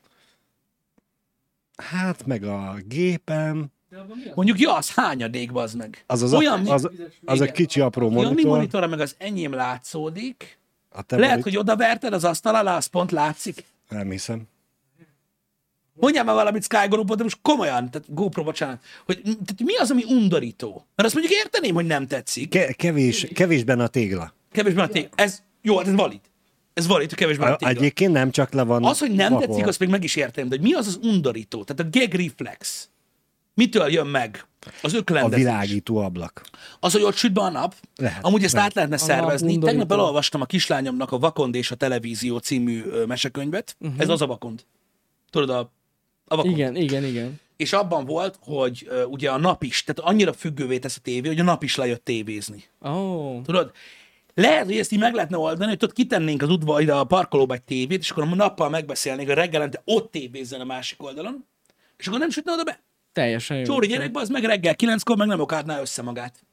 Hát meg a gépen, Mondjuk, ja, az hányadék, bazd meg. az Olyan, a igen. kicsi apró Ja, mi monitor. monitora, meg az enyém látszódik. A te Lehet, monit- hogy odaverted az asztal alá, az pont látszik. Nem hiszem. Mondjál már valamit Sky GoPro, de most komolyan, tehát GoPro, bocsánat, hogy tehát mi az, ami undorító? Mert azt mondjuk érteném, hogy nem tetszik. Kevés benne a tégla. Kevésbé a tégla. Ez, jó, hát ez valid. Ez valid, hogy kevésbé a tégla. Egyébként nem csak le van Az, hogy nem vakol. tetszik, azt még meg is értem, de hogy mi az az undorító? Tehát a gag reflex. Mitől jön meg? Az A öklendezés. világító ablak. Az, hogy ott süt be a nap. Lehet, Amúgy ezt lehet. át lehetne nap szervezni. undorító. Tegnap elolvastam a kislányomnak a Vakond és a televízió című mesekönyvet. Ez az a Vakond. Tudod, a Vakond. Igen. És abban volt, hogy ugye a nap is, tehát annyira függővé tesz a tévé, hogy a nap is lejött tévézni. Ó, Tudod? Lehet, hogy ezt így meg lehetne oldani, hogy tudod, kitennénk az udvar, ide a parkolóba egy tévét, és akkor a nappal megbeszélnénk, hogy reggelente ott tévézzen a másik oldalon, és akkor nem sütne oda be. teljesen jó. Csóri gyerekbe, az meg reggel 9-kor meg nem okádná össze magát.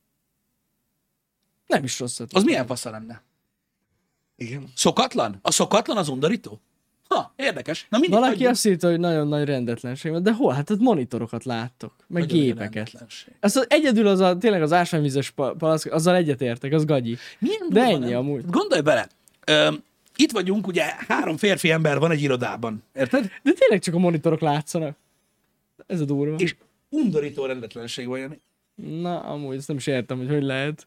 Nem is rossz ötlet. Az milyen fasza lenne? Igen. Szokatlan? A szokatlan az undorító? Ha, érdekes. Na mindig Valaki azt írta, hogy nagyon nagy rendetlenség van, de hol? Hát ott monitorokat láttok, meg gépeket. Egyedül tényleg az ásványvizes palack, azzal egyetértek, az gagyi. Milyen De durva, ennyi nem? amúgy. Gondolj bele, itt vagyunk, ugye 3 férfi ember van egy irodában, érted? De tényleg csak a monitorok látszanak. Ez a durva. És undorító rendetlenség van, Jani. Na, amúgy ezt nem is értem, hogy lehet.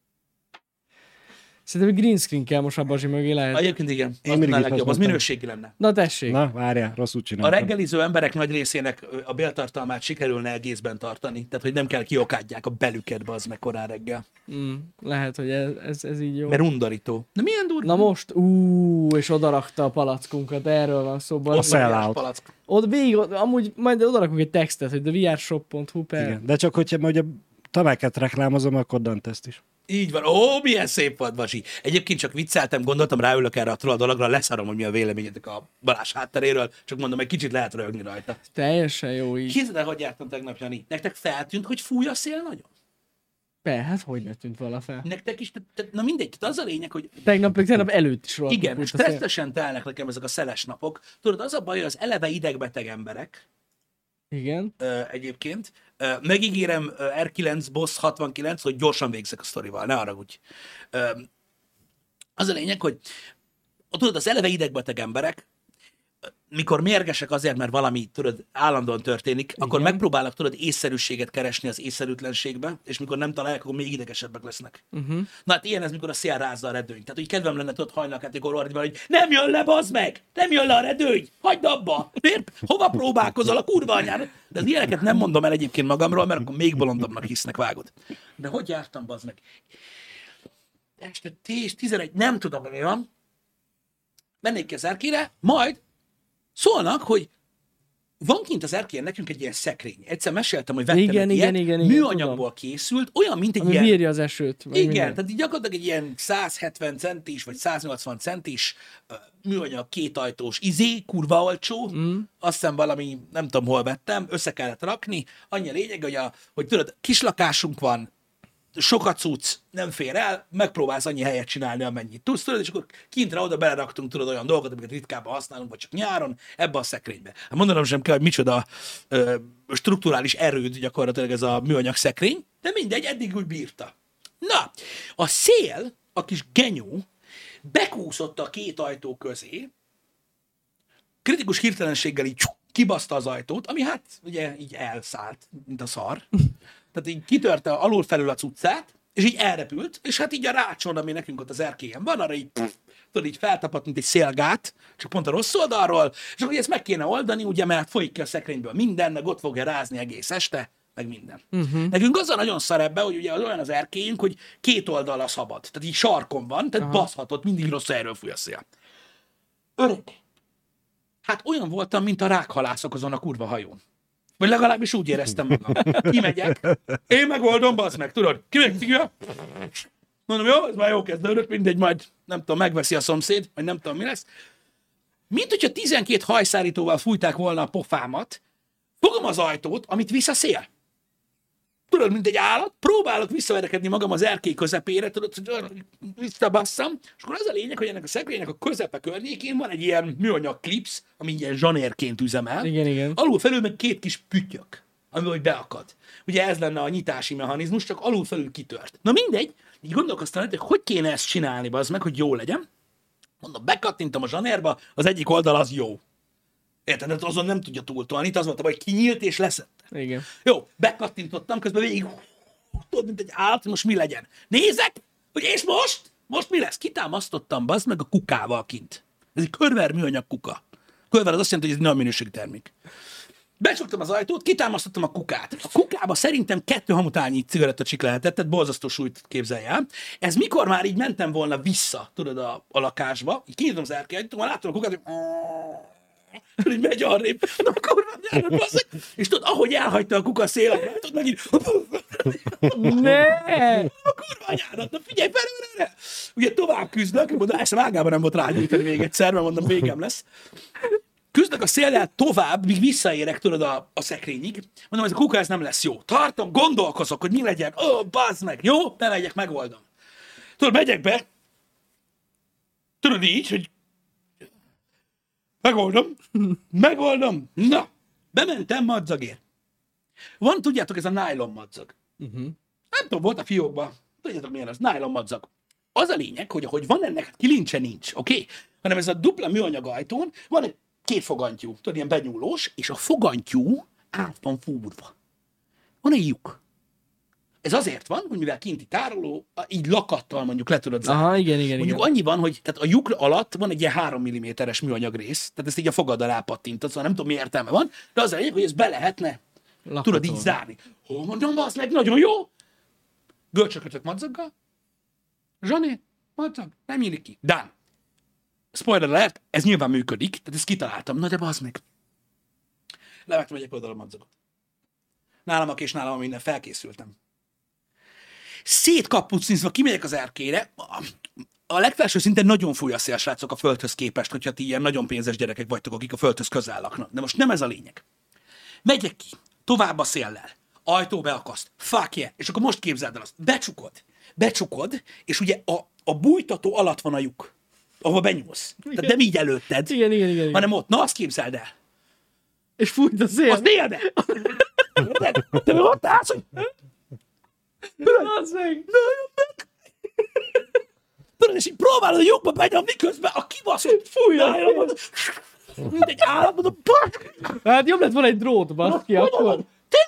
Szerintem egy green screen kell most a Bazsi mögé lehet. Egyébként igen, az mindig lenne is legjobb, azt az mondtam. minőségi lenne. Na tessék. Na, várjál, rosszul A csináltam. reggeliző emberek nagy részének a béltartalmát sikerülne egészben tartani, tehát hogy nem kell kiokádják a belüket, az meg korán reggel. Lehet, hogy ez így jó. Mert undorító. De milyen durva? Na most, és odarakta a palackunkat, erről van szó. A sell out. Palack. Ott végig, amúgy majd odarakunk egy textet, hogy thevrshop.hu per. Igen. De csak hogyha majd a Tameket reklámozom, akkor Dantest is. Így van. Ó, milyen szép volt, Vasi. Egyébként csak vicceltem, gondoltam, ráülök erre a dologra, leszarom, hogy mi a véleményetek a Balázs hátteréről, csak mondom, egy kicsit lehet röhögni rajta. Teljesen jó így. Képzeld el, hogy jártam tegnap, Jani? Nektek feltűnt, hogy fúj a szél nagyon? Hát hogy ne tűnt vala fel? Nektek is, na mindegy, tehát az a lényeg, hogy Tegnap előtt is rohadt. igen, fújt a szél. stresszesen telnek nekem ezek a szeles napok. Tudod, az a baj, hogy az eleve idegbeteg emberek, Igen. egyébként. Megígérem R9 Boss 69, hogy gyorsan végzek a sztorival, ne haragudj. Az a lényeg, hogy tudod, az eleve idegbeteg emberek, mikor mérgesek azért, mert valami, tudod, állandóan történik, akkor megpróbálnak, tudod, észszerűséget keresni az észszerűtlenségbe, és mikor nem találják, akkor még idegesebbek lesznek. Na hát ilyen ez, mikor a szél rázza a redőnyt. Tehát, hogy kedvem lenne, tudod, hajnalkát, amikor ordítva, hogy nem jön le, bazd meg! Nem jön le a redőny! Hagyd abba! Miért? Hova próbálkozol a kurva anyád? De az ilyeneket nem mondom el egyébként magamról, mert akkor még bolondabbnak hisznek, vágod. De hogy jártam, bazd meg? Este 10-11, nem tudom, mi van. Mennék ki az erkére, majd szólnak, hogy van kint az erkélyen nekünk egy ilyen szekrény. Egyszer meséltem, hogy vettem Igen, egy igen, ilyet, igen, műanyagból tudom. készült, olyan, mint egy Ami ilyen... bírja az esőt. meg Igen, minden. tehát így gyakorlatilag egy ilyen 170 centis, vagy 180 centis műanyag kétajtós kurva olcsó, azt hiszem valami, nem tudom hol vettem, össze kellett rakni. Annyi a lényeg, hogy tudod, kislakásunk van, sokat cucc, nem fér el, megpróbálsz annyi helyet csinálni, amennyit tudsz, tudod, és akkor kintre oda beleraktunk, tudod, olyan dolgokat, amiket ritkábban használunk, vagy csak nyáron, ebbe a szekrénybe. Hát mondanom sem kell, hogy micsoda strukturális erőd gyakorlatilag ez a műanyag szekrény, de mindegy, eddig úgy bírta. Na, a szél, a kis genyó, bekúszott a két ajtó közé, kritikus hirtelenséggel így kibaszta az ajtót, ami hát ugye így elszállt, mint a szar. Tehát így kitörte alul felül a cuccát, és így elrepült, és hát így a rácson, ami nekünk ott az erkélyen van, arra így, tudod, így feltapadt, mint egy szélgát, csak pont a rossz oldalról, és akkor ezt meg kéne oldani, ugye, mert folyik ki a szekrényből minden, meg ott fogja rázni egész este, meg minden. Nekünk az a nagyon szar ebbe, hogy ugye az olyan az erkélyünk, hogy két oldala szabad, tehát így sarkon van, tehát baszhatott, mindig rossz erről fúj a szél. Öreg. Hát olyan voltam, mint a rákhalászok azon a kurva hajón. Vagy legalábbis úgy éreztem magam. Kimegyek, én megoldom, bazd meg, tudod? Kimegyek, mondom, jó, ez már jó kezdődött, mindegy, majd nem tudom, megveszi a szomszéd, vagy nem tudom, mi lesz. Mint hogyha 12 hajszárítóval fújták volna a pofámat, fogom az ajtót, amit visz a szél. Tudod, mint egy állat, próbálok visszaverekedni magam az erkély közepére, tudod, hogy visszabasszam, és akkor az a lényeg, hogy ennek a szekrénynek a közepe környékén van egy ilyen műanyag klipsz, ami ilyen zsanérként üzemel. Igen. Alul felül meg két kis püttyök, ami hogy beakad. Ugye ez lenne a nyitási mechanizmus, csak alul felül kitört. Na mindegy, így gondolkoztam, hogy kéne ezt csinálni, bazd meg, hogy jó legyen. Mondom, bekattintom a zsanérba, az egyik oldal az jó. Érted? Azon nem tudja túltolni, az volt a baj, hogy kinyílt és leszette. Igen. Jó, bekattintottam, közben végig, tudod, mint egy állat, most mi legyen. Nézek, hogy és most mi lesz? Kitámasztottam, bazd meg a kukával kint. Ez egy körver műanyag kuka. Körver az azt jelenti, hogy ez egy nagy minőségű termék. Becsuktam az ajtót, kitámasztottam a kukát. A kukába szerintem 2 hamutálnyi cigarettacsik lehetett, tehát borzasztó súlyt képzelj el. Ez mikor már így mentem volna vissza, tudod, a lakásba, így kinyitom az erkélyt, látom a kukát, hogy így megy arrébb, na kurva nyárat, basszak, és tudod, ahogy elhagyta a kuka szélet, tudod, megint, Ne! a kurva nyárat, na figyelj, felőre! Ugye tovább küzdök, mondom, ezt ágában nem volt rágyújtani még egyszer, mert mondom, végem lesz. Küzdök a széllel tovább, míg visszaérek, tudod, a szekrényig. Mondom, ez a kuka, ez nem lesz jó. Tartom, gondolkozok, hogy mi legyen. Bazd meg, jó? Bemegyek, megoldom. Tudod, megyek be. Tudod így, hogy megoldom. Na, bementem madzagért. Van, tudjátok, ez a nylon madzag. Nem tudom, volt a fiókban. Tudjátok, milyen az? Nylon madzag. Az a lényeg, hogy ahogy van ennek, kilincse nincs, oké? Hanem ez a dupla műanyag ajtón van egy 2 fogantyú, tudod, ilyen benyúlós, és a fogantyú át van fúrva. Van egy lyuk. Ez azért van, hogy mivel kinti tároló, így lakattal mondjuk le tudod zárni. Aha, igen. Mondjuk annyi van, hogy tehát a lyuk alatt van egy ilyen 3 mm-es műanyag rész, tehát ezt így a fogaddal rápattintott, szóval nem tudom, mi értelme van, de az a lényeg, hogy ezt be lehetne, tudod így zárni. Mondom, az meg nagyon jó. Görcsökötök madzaggal. Zsani, madzag, nem nyílik ki. Dán. Spoiler alert, ez nyilván működik, tehát ezt kitaláltam. Na de bazd meg. Levettem egy oldal a madzagot. Nálam a kés, nálam a minden, felkészültem. Szétkapucnizva kimegyek az erkélyre. A legfelső szinten nagyon fúj a szél, srácok, a földhöz képest, hogyha ti ilyen nagyon pénzes gyerekek vagytok, akik a földhöz közel laknak. De most nem ez a lényeg. Megyek ki, tovább a széllel. Ajtó beakaszt. Fuck yeah. És akkor most képzeld el azt. Becsukod, és ugye a bújtató alatt van a lyuk, ahova benyúlsz. Tehát nem így előtted, Igen. hanem ott. Na, azt képzeld el. És fújt a szél. Az délbe. Te meg ott állsz, hogy... Az meg. Tudod, és így próbálod a lyukba benyomni, közben a kibaszott fújja. Mint egy állat, mondom, Hát jobb lett volna egy drót, baszki, akkor.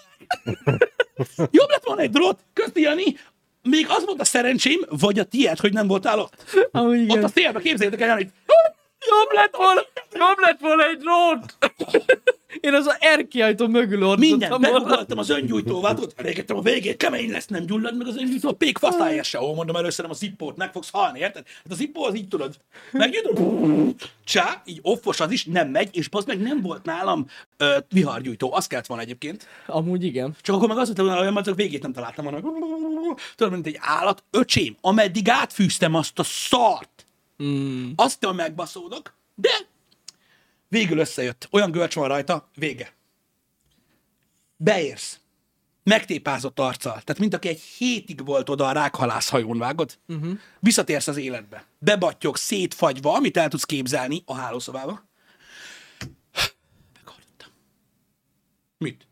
jobb lett volna egy drót, közti Jani, még az volt a szerencsém, vagy a tiéd, hogy nem voltál ott. Ott a szélbe, képzeljétek el, Janit. Jobb lett volna egy drót. Én az erkélyajtó mögül ordottam. Mindent, begugoltam az öngyújtóval, tudod, elégettem a végét, kemény lesz, nem gyullad meg az öngyújtó, a pék faszájás se, mondom, először nem a zippót, meg fogsz halni, érted? Hát a zippó az így tudod, meggyújtod, csá, így offos az is, nem megy, és az meg nem volt nálam vihargyújtó, az kellett volna egyébként. Amúgy igen. Csak akkor meg az volt, hogy olyan végét nem találtam volna. Tudod, mint egy állat, öcsém, ameddig átfűztem azt a szart, azt megbaszódok, de végül összejött. Olyan görcs van rajta, vége. Beérsz. Megtépázott arccal. Tehát mint aki egy hétig volt oda a rákhalász hajón, vágod? Visszatérsz az életbe. Bebattyog szétfagyva, amit el tudsz képzelni a hálószobába. Meghallottam. Mit?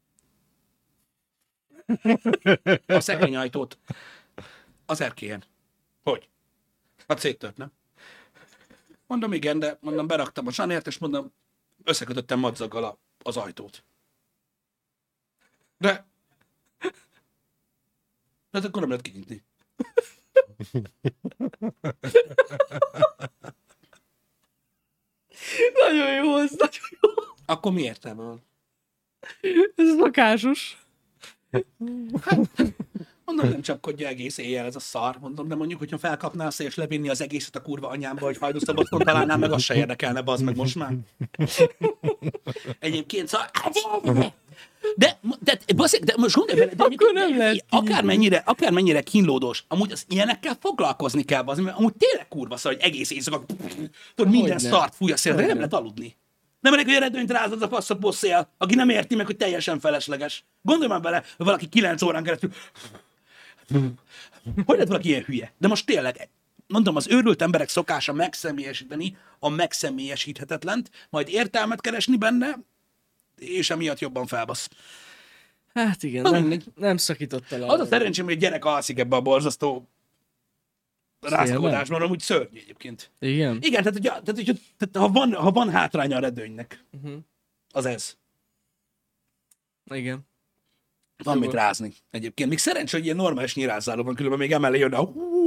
A szekrényajtót. Az erkélyen. Hogy? Hát széttört, nem? Mondom, igen, de mondom, beraktam a zsanért, és mondom, összekötöttem madzaggal az ajtót. De hát akkor nem lehet kinyitni. Nagyon jó, ez nagyon jó. Akkor mi értelme van? Ez szokásos. Mondom, nem csapkodja egész éjjel ez a szar. Mondom, de mondjuk, hogyha felkapnál azt, és levinni az egészet a kurva anyámba, hogy hajdúszabadon találnál meg, az se érdekelne, bazd meg most már. Egyébként, szóval... De most gondolj bele, de Akkor nem lehet akármennyire kínlódós, amúgy az ilyenekkel foglalkozni kell, bazd, mert amúgy tényleg kurva szar, hogy egész éjszaka tudod, minden Hogyne. szart fúj a szél, de nem lehet aludni. Nem elég, hogy eredményt ráz az a faszapó szél, aki nem érti meg, hogy teljesen felesleges. Gondolj már bele, hogy valaki 9 órán keresztül... Hogy lehet valaki ilyen hülye? De most tényleg, mondom, az őrült emberek szokása megszemélyesíteni a megszemélyesíthetetlent, majd értelmet keresni benne, és emiatt jobban felbasz. Hát igen, Na, nem, mindegy. nem szakította le. Az a szerencsém, hogy egy gyerek alszik ebbe a borzasztó rázkodásban, amúgy szörnyű egyébként. Igen? Igen, tehát ha van hátránya a redőnynek, az ez. Igen. Van mit rázni egyébként. Még szerencsé, hogy ilyen normális nyirázzáló van, különben még emellé jön a...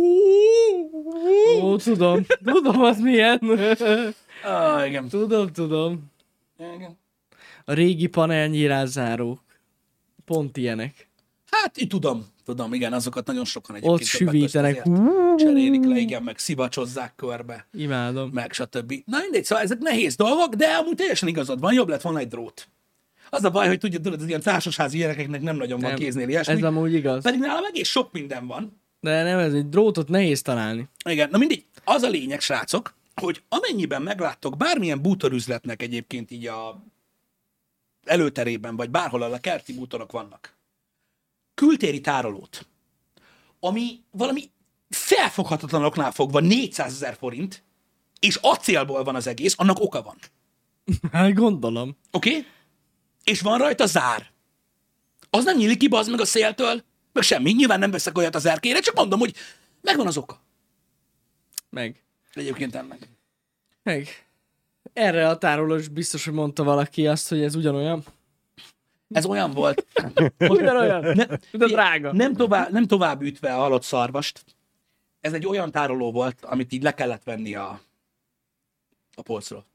Ó, tudom, az milyen. Igen. Tudom. Igen. A régi panel nyírászárók. Pont ilyenek. Hát, így tudom, igen, azokat nagyon sokan Ott egyébként többek közt süvítenek. azért cserélik le, igen, meg szivacsozzák körbe, Imádom. meg stb. Na mindegy, szóval ezek nehéz dolgok, de amúgy teljesen igazad van, jobb lett volna egy drót. Az a baj, hogy tudod, az ilyen társasházi gyerekeknek nem nagyon van kéznél ilyesmi. Ez amúgy igaz. Pedig nálam egész sok minden van. De nem, ez egy drótot nehéz találni. Igen, na mindegy, az a lényeg, srácok, hogy amennyiben megláttok bármilyen bútorüzletnek egyébként így a előterében, vagy bárhol, ahol a kerti bútorok vannak, kültéri tárolót, ami valami felfoghatatlanoknál fogva 400 000 forint, és acélból van az egész, annak oka van. Hát gondolom. Oké? Okay? És van rajta zár. Az nem nyílik ki, bazd meg a széltől, meg semmi. Nyilván nem veszek olyat az erkére, csak mondom, hogy megvan az oka. Meg. Egyébként ennek. Meg. Erre a tárolós biztos, hogy mondta valaki azt, hogy ez ugyanolyan. Ez olyan volt. Ugyanolyan. De drága. Nem tovább ütve a halott szarvast. Ez egy olyan tároló volt, amit így le kellett venni a polcról.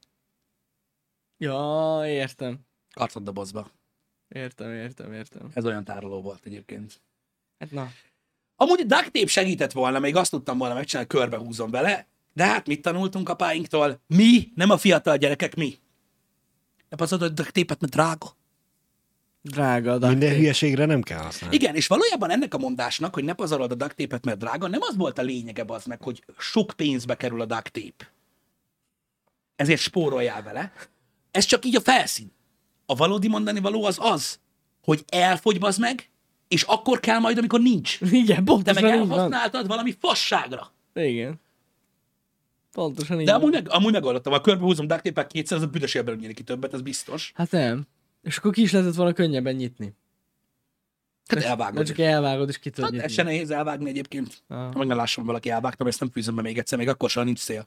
Ja, értem. Kartondobozba. Értem. Ez olyan tároló volt egyébként. Hát na. Amúgy a duct tape segített volna, még azt tudtam volna megcsinálni, körbehúzom vele, de hát mit tanultunk apáinktól? Mi, nem a fiatal gyerekek, mi. De az adott duct tape-et, mert drága. Drága, de Minden hülyeségre nem kell használni. Igen, és valójában ennek a mondásnak, hogy ne pazarolod a duct tape-et, mert drága, nem az volt a lényege az meg, hogy sok pénzbe kerül a duct tape. Ezért spóroljál vele. Ez csak így a felszín. A valódi mondani való az, hogy elfogy bazd meg, és akkor kell majd, amikor nincs. Igen, Te pontosan meg így van. elhasználtad valami fasságra. Igen. Pontosan így De van. amúgy megoldottam, ha körbehúzom duct tape-et kétszer, az a büdös élben nyílik ki többet, ez biztos. Hát nem. És akkor ki is lehetett volna könnyebben nyitni. Hát De elvágod. csak elvágod, és ki tudod Hát ez nyitni. se nehéz elvágni egyébként. Ah. Ha meg ne lássam, valaki elvágtam, ezt nem fűzöm be még egyszer, még akkor sem nincs szél.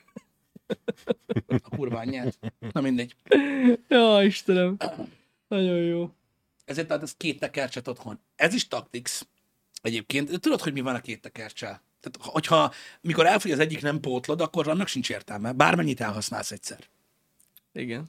A kurva anyját. Na mindegy. Ja, Istenem. Nagyon jó. Ezért tehát ez 2 tekercset otthon. Ez is taktix egyébként. Tudod, hogy mi van a 2 tekercsel? Tehát, hogyha mikor elfogy az egyik, nem pótlod, akkor annak sincs értelme. Bármennyit elhasználsz egyszer. Igen.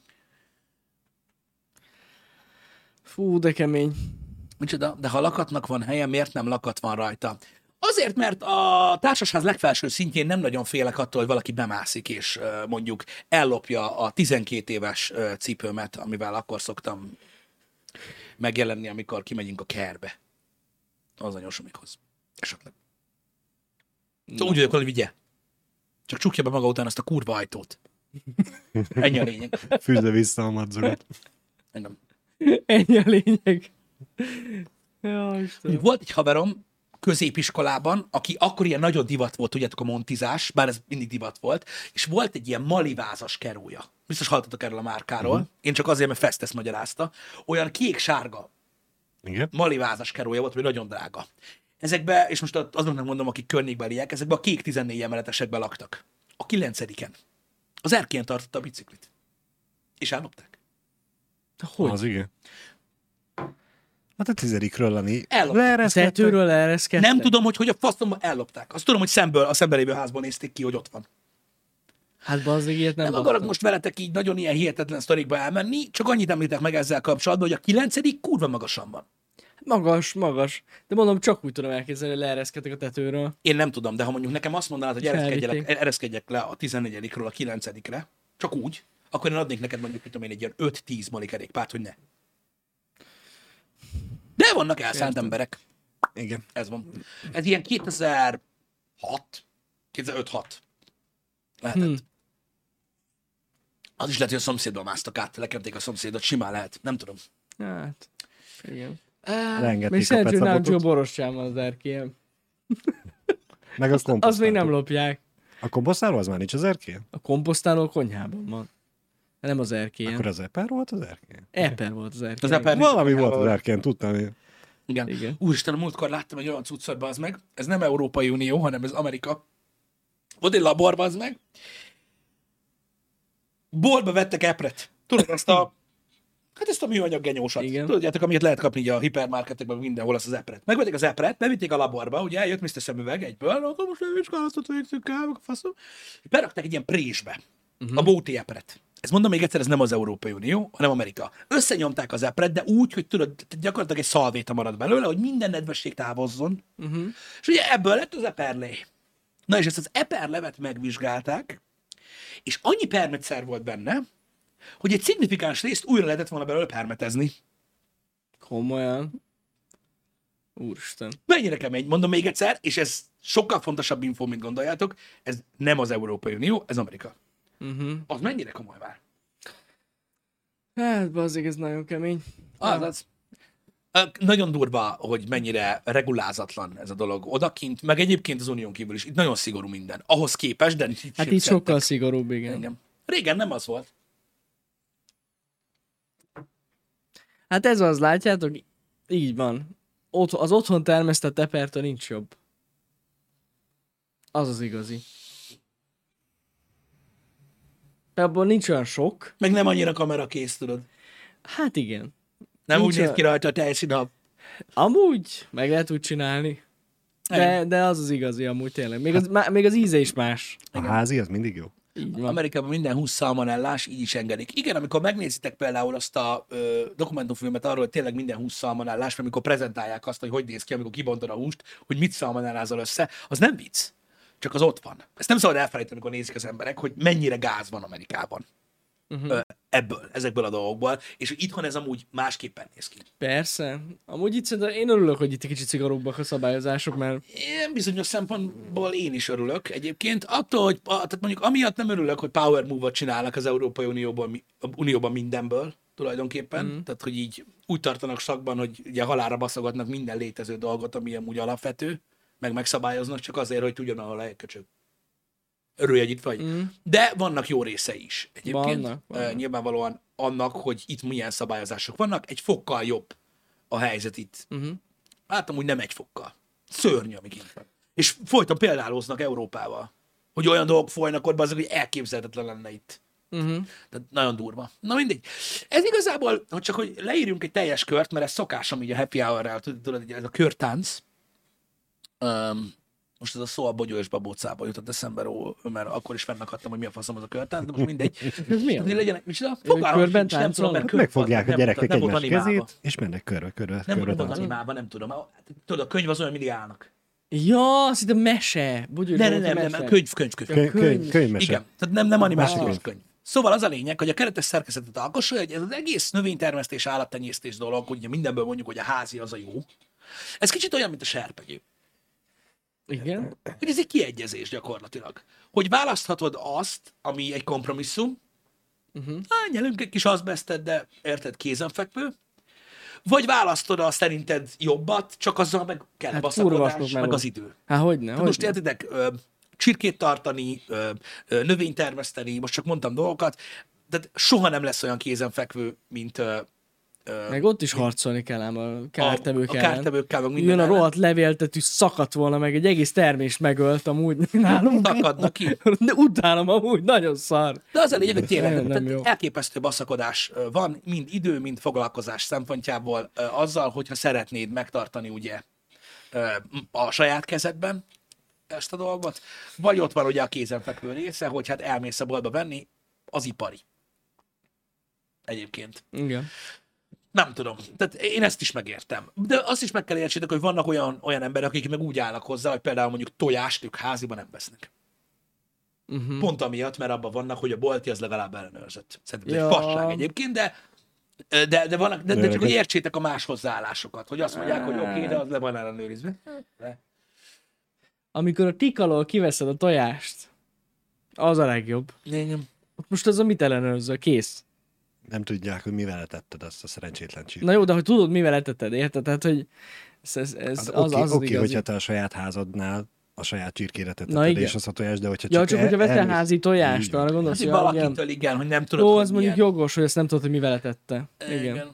Fú, de kemény. Micsoda? De ha lakatnak van helye, miért nem lakat van rajta? Azért, mert a társasház legfelső szintjén nem nagyon félek attól, hogy valaki bemászik, és mondjuk ellopja a 12 éves cipőmet, amivel akkor szoktam megjelenni, amikor kimegyünk a kertbe. Az anyósomikhoz. Esetleg. Szóval úgy vagyok, hogy vigye. Csak csukja be maga után azt a kurva ajtót. Ennyi a lényeg. Fűzze vissza a madzagot. Engem. Ennyi a lényeg. Ja, Istenem. Volt egy haverom középiskolában, aki akkor ilyen nagyon divat volt, tudjátok, a montizás, bár ez mindig divat volt, és volt egy ilyen malivázas kerója. Biztos hallottatok erről a márkáról. Én csak azért, mert Fest ezt magyarázta. Olyan kék-sárga Igen? malivázas kerója volt, ami nagyon drága. Ezekbe, és most azoknak mondom, akik környékbeliek, ezekbe a kék 14 emeletesekbe laktak. A 9-en. Az erkélyen tartotta a biciklit. És ellopták. Hogy? Az igen. Hát a 10-ről lenni. Ellopták. Tetőről leereszkedtek. Nem tudom, hogy a faszomba ellopták. Azt tudom, hogy szemből, a szemben lévő házból nézték ki, hogy ott van. Hát bazzeg, ilyet nem Nem láttam. akarok most veletek így nagyon ilyen hihetetlen sztorikba elmenni, csak annyit említek meg ezzel kapcsolatban, hogy a 9. kurva magasan van. Magas. De mondom, csak úgy tudom elképzelni, hogy leereszkedtek a tetőről. Én nem tudom, de ha mondjuk nekem azt mondanád, hogy Elvitték. ereszkedjek le a 14-ről a 9-re, csak úgy, akkor én adnék neked mondjuk, mit tudom én, egy ilyen 5-10 malikerékpárt, hogy ne. De vannak elszánt Értem. emberek. Igen. Ez van. Ez ilyen 2005-6 lehetett. Az is lehet, hogy a szomszédban másztak át, lekenték a szomszédot, simán lehet. Nem tudom. Hát, igen. Még Leengedték a szerencsé, hogy nálunk csak a pecabotot, borostyán van az erkélyen. meg a Azt még komposztáló. nem lopják. A komposztáló az már nincs az erkélyen? A komposztáló a konyhában van. Nem az erkélyen. Akkor az eper volt az erkélyen? Eper volt az erkélyen. Az eper- Valami volt az erkélyen, tudtam én. Igen. Igen. Úristen, a múltkor láttam egy olyan cuccot, bazd meg. Ez nem Európai Unió, hanem ez Amerika. Ott egy labor, bazd meg. Boltba vettek epret. Tudod, ezt a műanyag genyósat. Igen. Tudjátok, amiket lehet kapni így a hipermarketekben, mindenhol az epret. Megvették az epret, bevitték a laborba, ugye eljött Mr. Szemüveg egyből, akkor most egy vizsgálatot végzünk el, meg a faszom. Berakták egy ilyen présbe a bóti epret. Ez mondom még egyszer, ez nem az Európai Unió, hanem Amerika. Összenyomták az epret, de úgy, hogy tudod, gyakorlatilag egy szalvéta marad belőle, hogy minden nedvesség távozzon. És ugye ebből lett az eperlé. Na és ezt az eperlevet megvizsgálták, és annyi permetszer volt benne, hogy egy szignifikáns részt újra lehetett volna belőle permetezni. Komolyan. Úristen. Mennyire kemény, mondom még egyszer, és ez sokkal fontosabb info, mint gondoljátok, ez nem az Európai Unió, ez Amerika. Az mennyire komoly már? Hát, bazzeg, ez nagyon kemény. Az. Nagyon durva, hogy mennyire regulázatlan ez a dolog odakint, meg egyébként az unión kívül is. Itt nagyon szigorú minden. Ahhoz képest, de Hát itt sokkal szigorúbb, igen. Engem. Régen nem az volt. Hát ez az, látjátok? Így van. Az otthon termesztett epertől nincs jobb. Az az igazi. Abból nincs olyan sok. Meg nem annyira kamerakész, tudod. Hát igen. Nem Nincs úgy néz olyan- ki rajta a teljszínhab. Amúgy meg lehet úgy csinálni. De az az igazi amúgy tényleg. Még az íze is más. A házi az mindig jó. Így van. Amerikában minden 20 szalmonellás, így is engedik. Igen, amikor megnézitek például azt a dokumentumfilmet arról, hogy tényleg minden 20 szalmonellás, mert amikor prezentálják azt, hogy néz ki, amikor kibontod a húst, hogy mit szalmonellázol össze, az nem vicc. Csak az ott van. Ezt nem szabad elfelejteni, amikor nézik az emberek, hogy mennyire gáz van Amerikában. Ezekből a dolgokból, és hogy itthon ez amúgy másképpen néz ki. Persze. Amúgy itt szerintem én örülök, hogy itt egy kicsit szigorúbbak a szabályozások, mert Én bizonyos szempontból én is örülök egyébként. Attól, hogy tehát mondjuk amiatt nem örülök, hogy power move-ot csinálnak az Európai Unióban mindenből tulajdonképpen. Tehát, hogy így úgy tartanak sakban, hogy ugye halálra baszogatnak minden létező dolgot, ami amúgy alapvető, meg megszabályoznak csak azért, hogy tudjon ahol egy köcsög. Örülj, hogy itt vagy. De vannak jó részei is egyébként. Vannak. Nyilvánvalóan annak, hogy itt milyen szabályozások vannak, egy fokkal jobb a helyzet itt. Hát amúgy nem egy fokkal. Szörnyű, amik itt van. És folyton példálóznak Európával. Hogy olyan dolgok folynak ott, azok, hogy elképzelhetetlen lenne itt. Tehát nagyon durva. Na mindegy. Ez igazából, hogy csak hogy leírjunk egy teljes kört, mert ez szokásom így a happy hour-rel, tudod, ez a körtánc. Most ez a szó a Bogyó és Babócába jutott eszembe, mert akkor is fennakadtam, hogy mi a faszom az a körtánc, de most mindegy. ez mi? Tehát, legyenek, micsoda? Körben Nem tudom, mert táncolnak? kör Megfogják a van, gyerekek nem volt egymás animálva. kezét, és mennek körbe Nem volt táncolni. animálva, nem tudom. Tudod, a könyv az olyan, mindig állnak. Ja, azt hittem mese. Bugyos Nem, volt a nem, mese. könyv. Könyvmese. Igen, tehát nem animációs Másik könyv. Szóval az a lényeg, hogy a keretes szerkezetet alkossa, hogy ez az egész növénytermesztés, állattenyésztés dolog, hogy ugye mindenből mondjuk, hogy a házi az a jó. Ez kicsit olyan, mint a serpegő. Igen. Hogy ez egy kiegyezés gyakorlatilag. Hogy választhatod azt, ami egy kompromisszum, nyelünk egy kis azbesztet, de érted, kézenfekvő, vagy választod a szerinted jobbat, csak azzal meg kell Hát baszakodás, kurva meg meló. az idő. Hát hogyne, Hát most hogyne. értitek, csirkét tartani, növényt termeszteni, most csak mondtam dolgokat, de soha nem lesz olyan kézenfekvő, mint Meg ott is harcolni kell ám a kártevők a ellen. kártevőkkel, meg minden Jön a ellen. rohadt levéltetű, szakadt volna meg, egy egész termést megölt amúgy nálunk. Szakadnak ki. De utálom amúgy, nagyon szar. De az a lényeg, hogy tényleg Nem tehát jó. elképesztő baszakodás van, mind idő, mind foglalkozás szempontjából azzal, hogyha szeretnéd megtartani ugye a saját kezedben ezt a dolgot, vagy ott van ugye a kézenfekvő része, hogy hát elmész a boltba venni, az ipari. Egyébként. Igen. Nem tudom. Tehát én ezt is megértem. De azt is meg kell értsétek, hogy vannak olyan emberek, akik meg úgy állnak hozzá, hogy például mondjuk tojást ők háziban nem vesznek. Uh-huh. Pont amiatt, mert abban vannak, hogy a bolti az legalább ellenőrzött. Szerintem ez Ja. egy fasság egyébként, de vannak, de csak hogy értsétek a más hozzáállásokat, hogy azt mondják, hogy oké, de az le van ellenőrizve. Le. Amikor a tik alól kiveszed a tojást, az a legjobb. Igen. Most az a mit ellenőrző? Kész. Nem tudják, hogy mivel etetted azt a szerencsétlen csirkét. Na jó, de hogy tudod, mivel eteted, érted? Tehát, hogy ez Hát az oké, igazi. hogyha te a saját házadnál a saját csirkére Na tetted, igen. és az a tojás, de hogyha Ja, csak hogyha veszel elmész- házi tojást, Így van. arra gondolsz, Hát, hogy hogy ja, igen. valakitől igen, hogy nem tudod, Jó, hogy az mondjuk milyen. jogos, hogy ezt nem tudod, hogy mivel etette. Igen. Igen.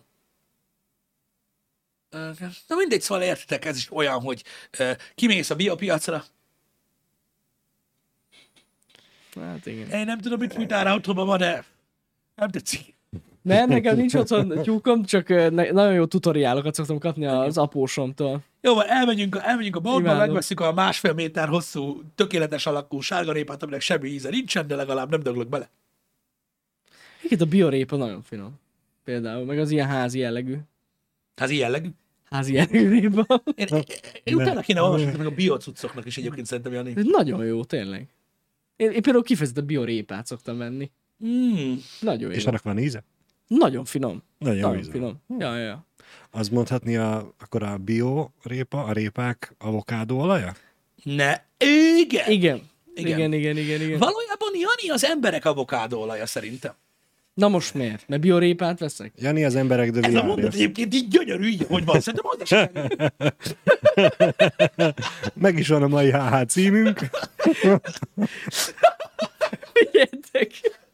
Na mindegy, szóval értitek, ez is olyan, hogy kimész a biopiacra, Hát igen. én nem tudom, mit fújtál rá otthonban ma, de nem tetszik. Nem, nekem nincs otthon tyúkom, csak nagyon jó tutoriálokat szoktam kapni az apósomtól. Jó, van, elmegyünk a boltba, Imádom. megveszünk a 1,5 méter hosszú, tökéletes alakú sárgarépát, aminek semmi íze nincsen, de legalább nem döglök bele. Itt a biorépa nagyon finom. Például, meg az ilyen házi jellegű. Hát ilyen jellegű. Házi jellegű répa. Én utána kéne olvasni meg a biocuccoknak is egyébként szerintem, Jani. Ez nagyon jó, tényleg. Én például kifejezetten biorépát szoktam venni. Nagyon jó. És annak van íze? Nagyon finom. Nagyon jó Nagyon íze. finom. Ja. Az mondhatni akkor a bio répa, a répák avokádó olaja? Ne, igen. Igen. Valójában Jani az emberek avokádóolaja szerintem. Na most miért? Mert biorépát veszek? Jani az emberek Ez a dövi mondat egyébként így gyönyörű, így, hogy van. Szerintem az is Meg is van a mai HH címünk. Figyeljetek!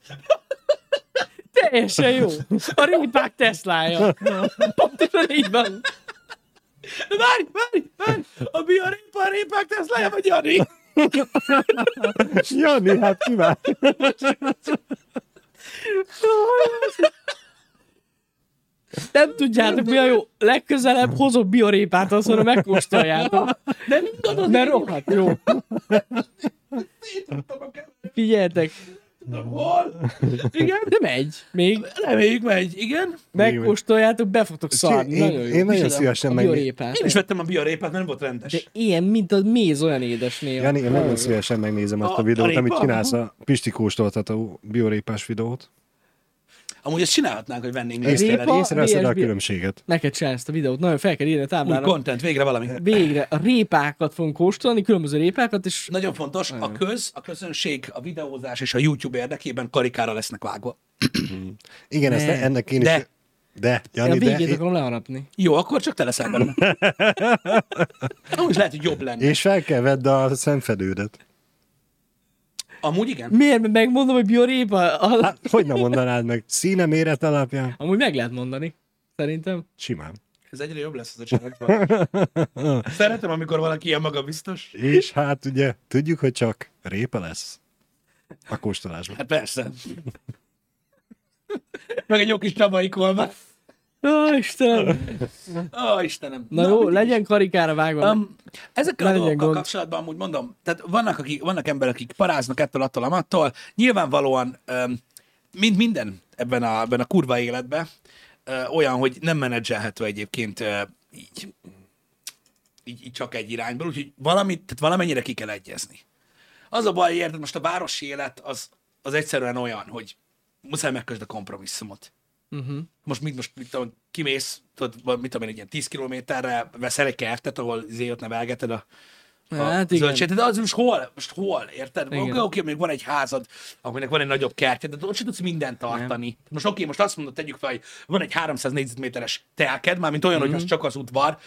Teljesen jó. A répák Teslája. Pontosan így van. De várj! A biorépa, a répák Teslája vagy Jani? Jani, hát kíván. Nem tudjátok, mi a jó. Legközelebb hozok biorépát, azt mondom, megkóstoljátok. Nem ingadod? Mert rohadt jó. Figyeljetek. Hol? Igen? De megy. Még Reméljük megy, igen. megkóstoljátok, be fogtok szarni. Nagyon jó. Én nagyon Micsoda? szívesen A meg... biorépát. Én is vettem a biorépát, mert nem volt De rendes. ilyen, mint a méz, olyan édes néha. Jani, én nagyon szívesen megnézem azt a A videót, répa? amit csinálsz a Pisti kóstoltató biorépás videót. Amúgy ezt csinálhatnánk, hogy vennénk Répa? Észreveszed a VSB. különbséget. Neked csinálj ezt a videót, nagyon fel kell írni a Új táblára. content, végre valami. Végre a répákat fogunk kóstolni, különböző répákat, és Nagyon fontos, a közönség, a videózás és a YouTube érdekében karikára lesznek vágva. Igen, ezt Ne. ennek én De. is... De, én a Jani, végét akarom leharapni. Jó, akkor csak te leszel belőle. Amúgy lehet, hogy jobb lenne. és fel kell vedd a szemfedődet. Amúgy igen. Miért? Mert megmondom, hogy biorépa? Hát, hogy nem mondanád meg? Színe, méret alapján? Amúgy meg lehet mondani. Szerintem. Simán. Ez egyre jobb lesz az a családban. Szeretem, amikor valaki ilyen magabiztos. És hát ugye, tudjuk, hogy csak répa lesz a kóstolásban. Hát persze. Meg egy jó kis csabai kolbász. Ó, Istenem. Ó, Istenem. Na jó, mindig legyen karikára vágva. Ezekkel Ne a legyen dolgokkal gond. kapcsolatban amúgy mondom, tehát vannak emberek, akik paráznak ettől, attól, amattól. Nyilvánvalóan, mint minden ebben a kurva életben, olyan, hogy nem menedzselhető egyébként így csak egy irányból, úgyhogy tehát valamennyire ki kell egyezni. Az a baj, érted, most a városi élet az egyszerűen olyan, hogy muszáj megkösd a kompromisszumot. Most tudom, kimész, tudod, mit tudom én, egy ilyen 10 kilométerre veszel egy kertet, ahol ott nevelgeted a Hát igen. zöldséget. De az most hol, érted? Oké, még van egy házad, aminek van egy nagyobb kertje, de ott sem tudsz mindent tartani. Most azt mondod, tegyük fel, hogy van egy 300 négyzetméteres telked, mármint olyan, hogy az csak az udvar,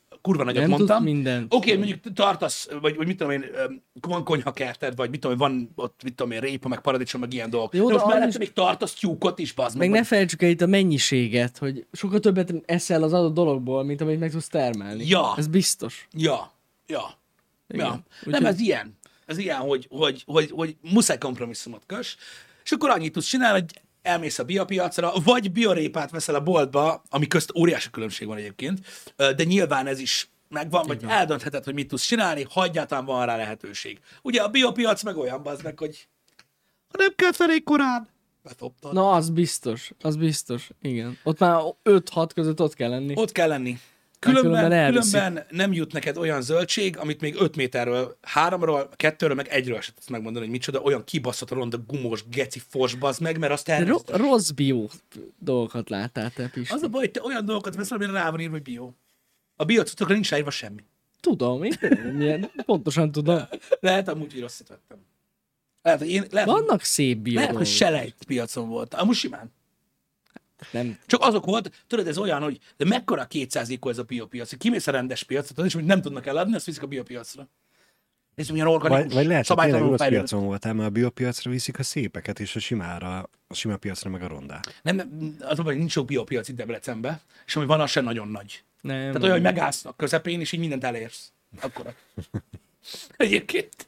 kurva nagyot Nem mondtam. tudsz mindent. Oké, mondjuk tartasz, vagy mit tudom én, van konyhakerted, vagy mit tudom én, van ott, mit tudom én, répa, meg paradicsom, meg ilyen dolgok. Jó, de de most mellette is... még tartasz tyúkot is, bazd Meg ne felejtsük el itt a mennyiséget, hogy sokkal többet eszel az adott dologból, mint amit meg tudsz termelni. Ja. Ez biztos. Ja. Igen. Nem, ez ilyen. Ez ilyen, hogy muszáj kompromisszumot kös, és akkor annyit tudsz csinálni, hogy elmész a biopiacra, vagy biorépát veszel a boltba, ami közt óriási különbség van egyébként, de nyilván ez is megvan, vagy eldöntheted, hogy mit tudsz csinálni, ha egyáltalán van rá lehetőség. Ugye a biopiac meg olyan, bazd meg, hogy ha nem kell elég korán, betoptad. Na, az biztos. Igen. Ott már 5-6 között ott kell lenni. Ott kell lenni. Különben nem jut neked olyan zöldség, amit még 5 méterről, 3-ról, 2-ről, meg 1-ről se tudsz megmondani, hogy micsoda, olyan kibaszott ronda gumós geci fos, bazd meg, mert azt természetesen... Rossz bio dolgokat láttál te, Pisti. Az a baj, hogy te olyan dolgokat veszel, amire rá van írva, hogy bio. A biocukrokra nincs ráírva semmi. Tudom, én milyen, pontosan tudom. Lehet, amúgy, hogy rosszat vettem. Lehet, Vannak szép bio lehet, hogy dolgok. selejt piacon volt. Amúgy simán. Nem. Csak azok volt, tudod, ez olyan, hogy de mekkora 200-ékó ez a biopiac, hogy kimész a rendes piacra, és hogy nem tudnak eladni, azt viszik a biopiacra. Ez milyen organikus, Vagy lehet, hogy tényleg szabálytalanul rossz fejlődött. piacon voltál, mert a biopiacra viszik a szépeket, és a sima piacra meg a rondát. Nem, az a baj, nincs sok biopiac itt Debrecenben, és ami van, az sem nagyon nagy. Nem. Tehát olyan, hogy megállsz a közepén, és így mindent elérsz. Akkora. Egyébként.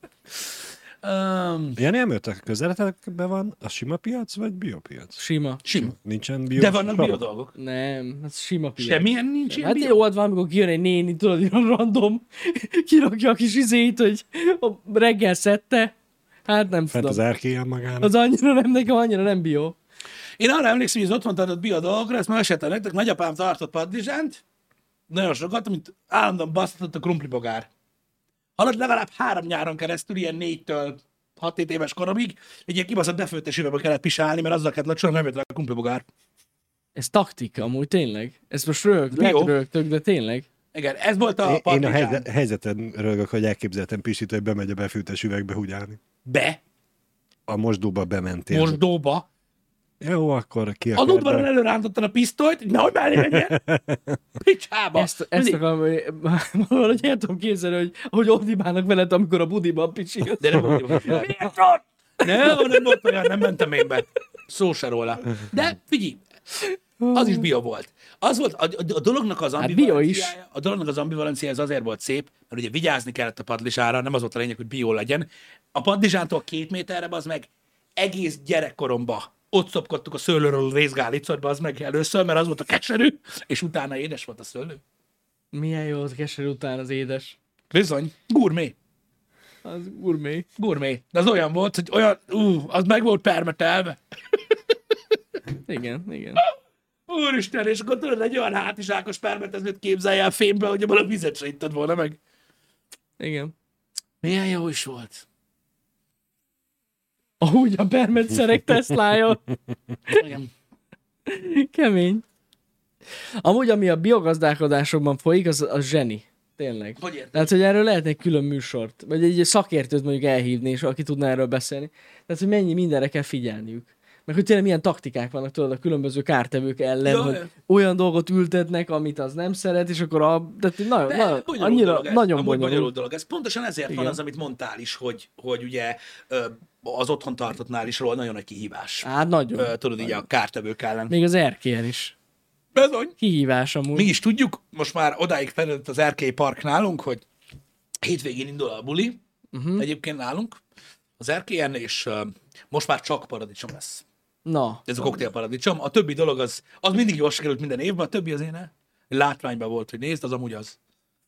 Jani, elméltek közeletekben van a sima piac, vagy biopiac? Sima. Sima. Nincsen bio. De vannak biodolgok. Nem, ez sima piac. Semmilyen nincs ilyen Hát bio. jó, van, amikor kijön egy néni, tudod, ilyen random, kirakja a kis izét, hogy a reggel szedte. Hát nem Fent tudom. az erkélyen magának. Az annyira nem, nekem annyira nem bio. Én arra emlékszem, hogy az otthon tartott biodolgokra, ezt meséltem nektek, nagyapám tartott padlizsánt, nagyon sokat, amit állandóan basztatott a krumplibogár. Hallod, legalább 3 nyáron keresztül, ilyen 4-től 6-7 éves koromig, egy ilyen kibaszott befőttes üvegbe kellett pisálni, mert azzal kellett lacsolni, nem jött rá a krumplibogár. Ez taktika, amúgy tényleg. Ez most Bio. rögtök, de tényleg. Igen, ez volt a Én a padlizsán. helyzeten rögök, hogy elképzeltem Pistit, hogy bemegy a befűtes üvegbe húgyálni. Be, A mosdóba bementél. mosdóba. Jó, akkor ki Az akar udvaron előrántottan a pisztolyt, hogy nehogy mellé menjen. Picsába. Ezt akarom, valahogy el tudom képzelni, hogy ordibálnak veled, amikor a budiban pisil. De nem mondjuk. Miért ott? Nem volt olyan, nem mentem én be. Szó se róla. De figyelj, az is bio volt. Az volt, a dolognak az Hát bio ambivalenciája, is. a dolognak az ambivalenciája az azért volt szép, mert ugye vigyázni kellett a padlizsára, nem az volt a lényeg, hogy bio legyen. A padlizsántól 2 méterre, az meg egész gyerekkoromba ott szopkodtuk a szőlőről a részgálicotba, az meg először, mert az volt a keserű, és utána édes volt a szőlő. Milyen jó az keserű után az édes. Bizony, gurmé. Az gurmé. Gurmé. De az olyan volt, hogy olyan, az meg volt permetelve. Igen. Úristen, és akkor tudod, egy olyan hátizsákos permetezőt képzelj el fémbe, hogy abban a vizet se itted volna meg. Igen. Milyen jó is volt. Ahogy a permetszerek Teslája. Igen. Kemény. Amúgy, ami a biogazdálkodásokban folyik, az zseni. Tényleg. Hogy érted? Tehát, hogy erről lehetne egy külön műsort, vagy egy szakértőt mondjuk elhívni, és aki tudna erről beszélni. Tehát, hogy mennyi mindenre kell figyelniük. Meg hogy tényleg milyen taktikák vannak, tudod, a különböző kártevők ellen, Ja, hogy ja. olyan dolgot ültetnek, amit az nem szeret, és akkor tehát nagyon, Bonyolult annyira, dolog ez. nagyon Amúgy bonyolult. dolog. Ez pontosan ezért van Igen. az, amit mondtál is, hogy ugye az otthon tartottnál is róla nagyon nagy kihívás. Hát nagyon. Tudod, így a kártevők ellen. Még az erkélyen is. Bizony. Kihívás amúgy. Mi is tudjuk, most már odáig fejlődött az Erkély Park nálunk, hogy hétvégén indul a buli, egyébként nálunk az Erkélyen, és most már csak paradicsom lesz. Na, Ez a koktélparadicsom. A többi dolog az mindig jól sikerült minden évben, a többi az én látványban volt, hogy nézd, az amúgy az.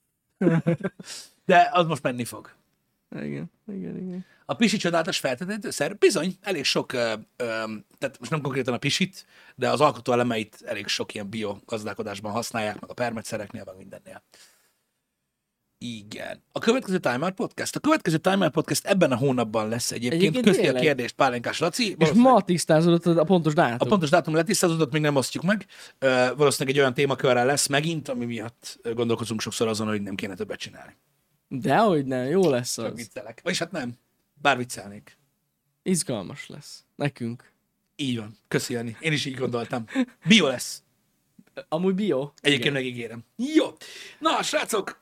De az most menni fog. igen. A Pisi csodálatos feltöltőszer bizony elég sok, tehát most nem konkrétan a Pisit, de az alkotó elemeit elég sok ilyen biogazdálkodásban használják, meg a permetszereknél, meg mindennél. Igen. A következő Time Out Podcast. A következő Time Out Podcast ebben a hónapban lesz egyébként. Közti a tényleg. kérdést Pálinkás Laci. És ma tisztázódott a pontos A dátum. pontos dátum letisztázódott, még nem osztjuk meg. Valószínűleg egy olyan témakörrel lesz megint, ami miatt gondolkozunk sokszor azon, hogy nem kéne többet csinálni. Dehogy nem, jó lesz Csak az. viccelek. Vagyis hát nem. Bár viccelnék. Izgalmas lesz. Nekünk. Így van. Köszi, Jani. Én is így gondoltam. Bio lesz. Amúgy bio. Egyébként megígérem. Jó. Na, srácok,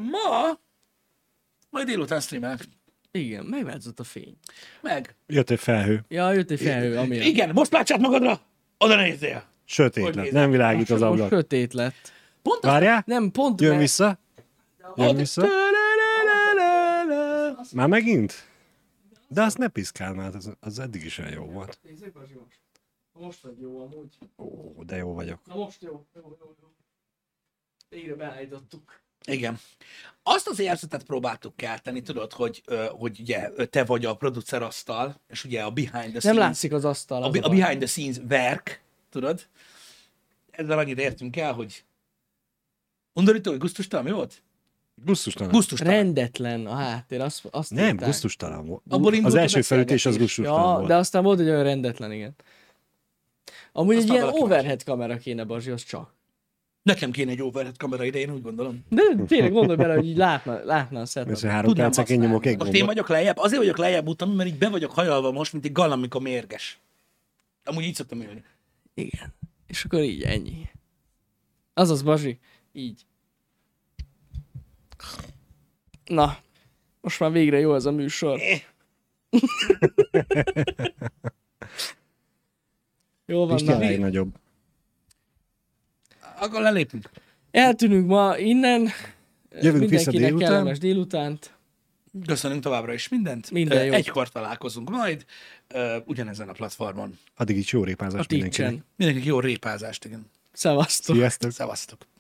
majd délután streamelek. Igen, megváltozott a fény. Meg. Jött egy felhő. Ja, jött egy felhő, ami... Igen, most látsát magadra, oda nézzél. Sötét Hogy lett, nézel? nem világít az Most ablak. sötét lett. Pont Várjál? Nem, pont... Jön mert- vissza? Jön vissza? Már megint? De azt ne piszkál már, az eddig is olyan jó volt. Nézzük, Bazsi, most. Most vagy jó amúgy. Ó, de jó vagyok. Na most jó. Jó. Végre beállítottuk. Igen. Azt az érzetet próbáltuk kelteni, tudod, hogy ugye te vagy a producer asztal, és ugye a behind the scenes... Nem látszik az asztal. A behind the scenes verk, tudod? Ezzel annyit értünk el, hogy undorító, hogy gusztustalan, mi volt? Gusztustalan. Gusztustalan. Rendetlen a háttér, azt Nem, írták. gusztustalan volt. Abból indult Az a első felütés az beszélgetés. gusztustalan Ja, volt. de aztán volt egy olyan rendetlen, igen. Amúgy Aztán egy ilyen valaki overhead kamera kéne, Bazsi, az csak. Nekem kéne egy overhead kamera ide, én úgy gondolom. De tényleg gondolj bele, hogy így látná a setup. Ez 3 Tudnám percen használni. nyomok egy Most én gombot. vagyok lejjebb, azért vagyok lejjebb utam, mert így be vagyok hajolva most, mint egy galamb, amikor mérges. Amúgy így szoktam ülni. Igen. És akkor így, ennyi. Azaz, Bazsi, így. Na, most már végre jó ez a műsor. Jó van, Kis na. tényleg nagyobb. Akkor lelépünk. Eltűnünk ma innen. Jövünk vissza Mindenkinek délután. kellemes délutánt. Köszönünk továbbra is mindent. Minden jót. Egykor találkozunk majd, ugyanezen a platformon. Addig is jó A répázást mindenkinek. Twitch-en. Mindenkinek jó répázást, igen. Szevasztok. Sziasztok! Szevasztok.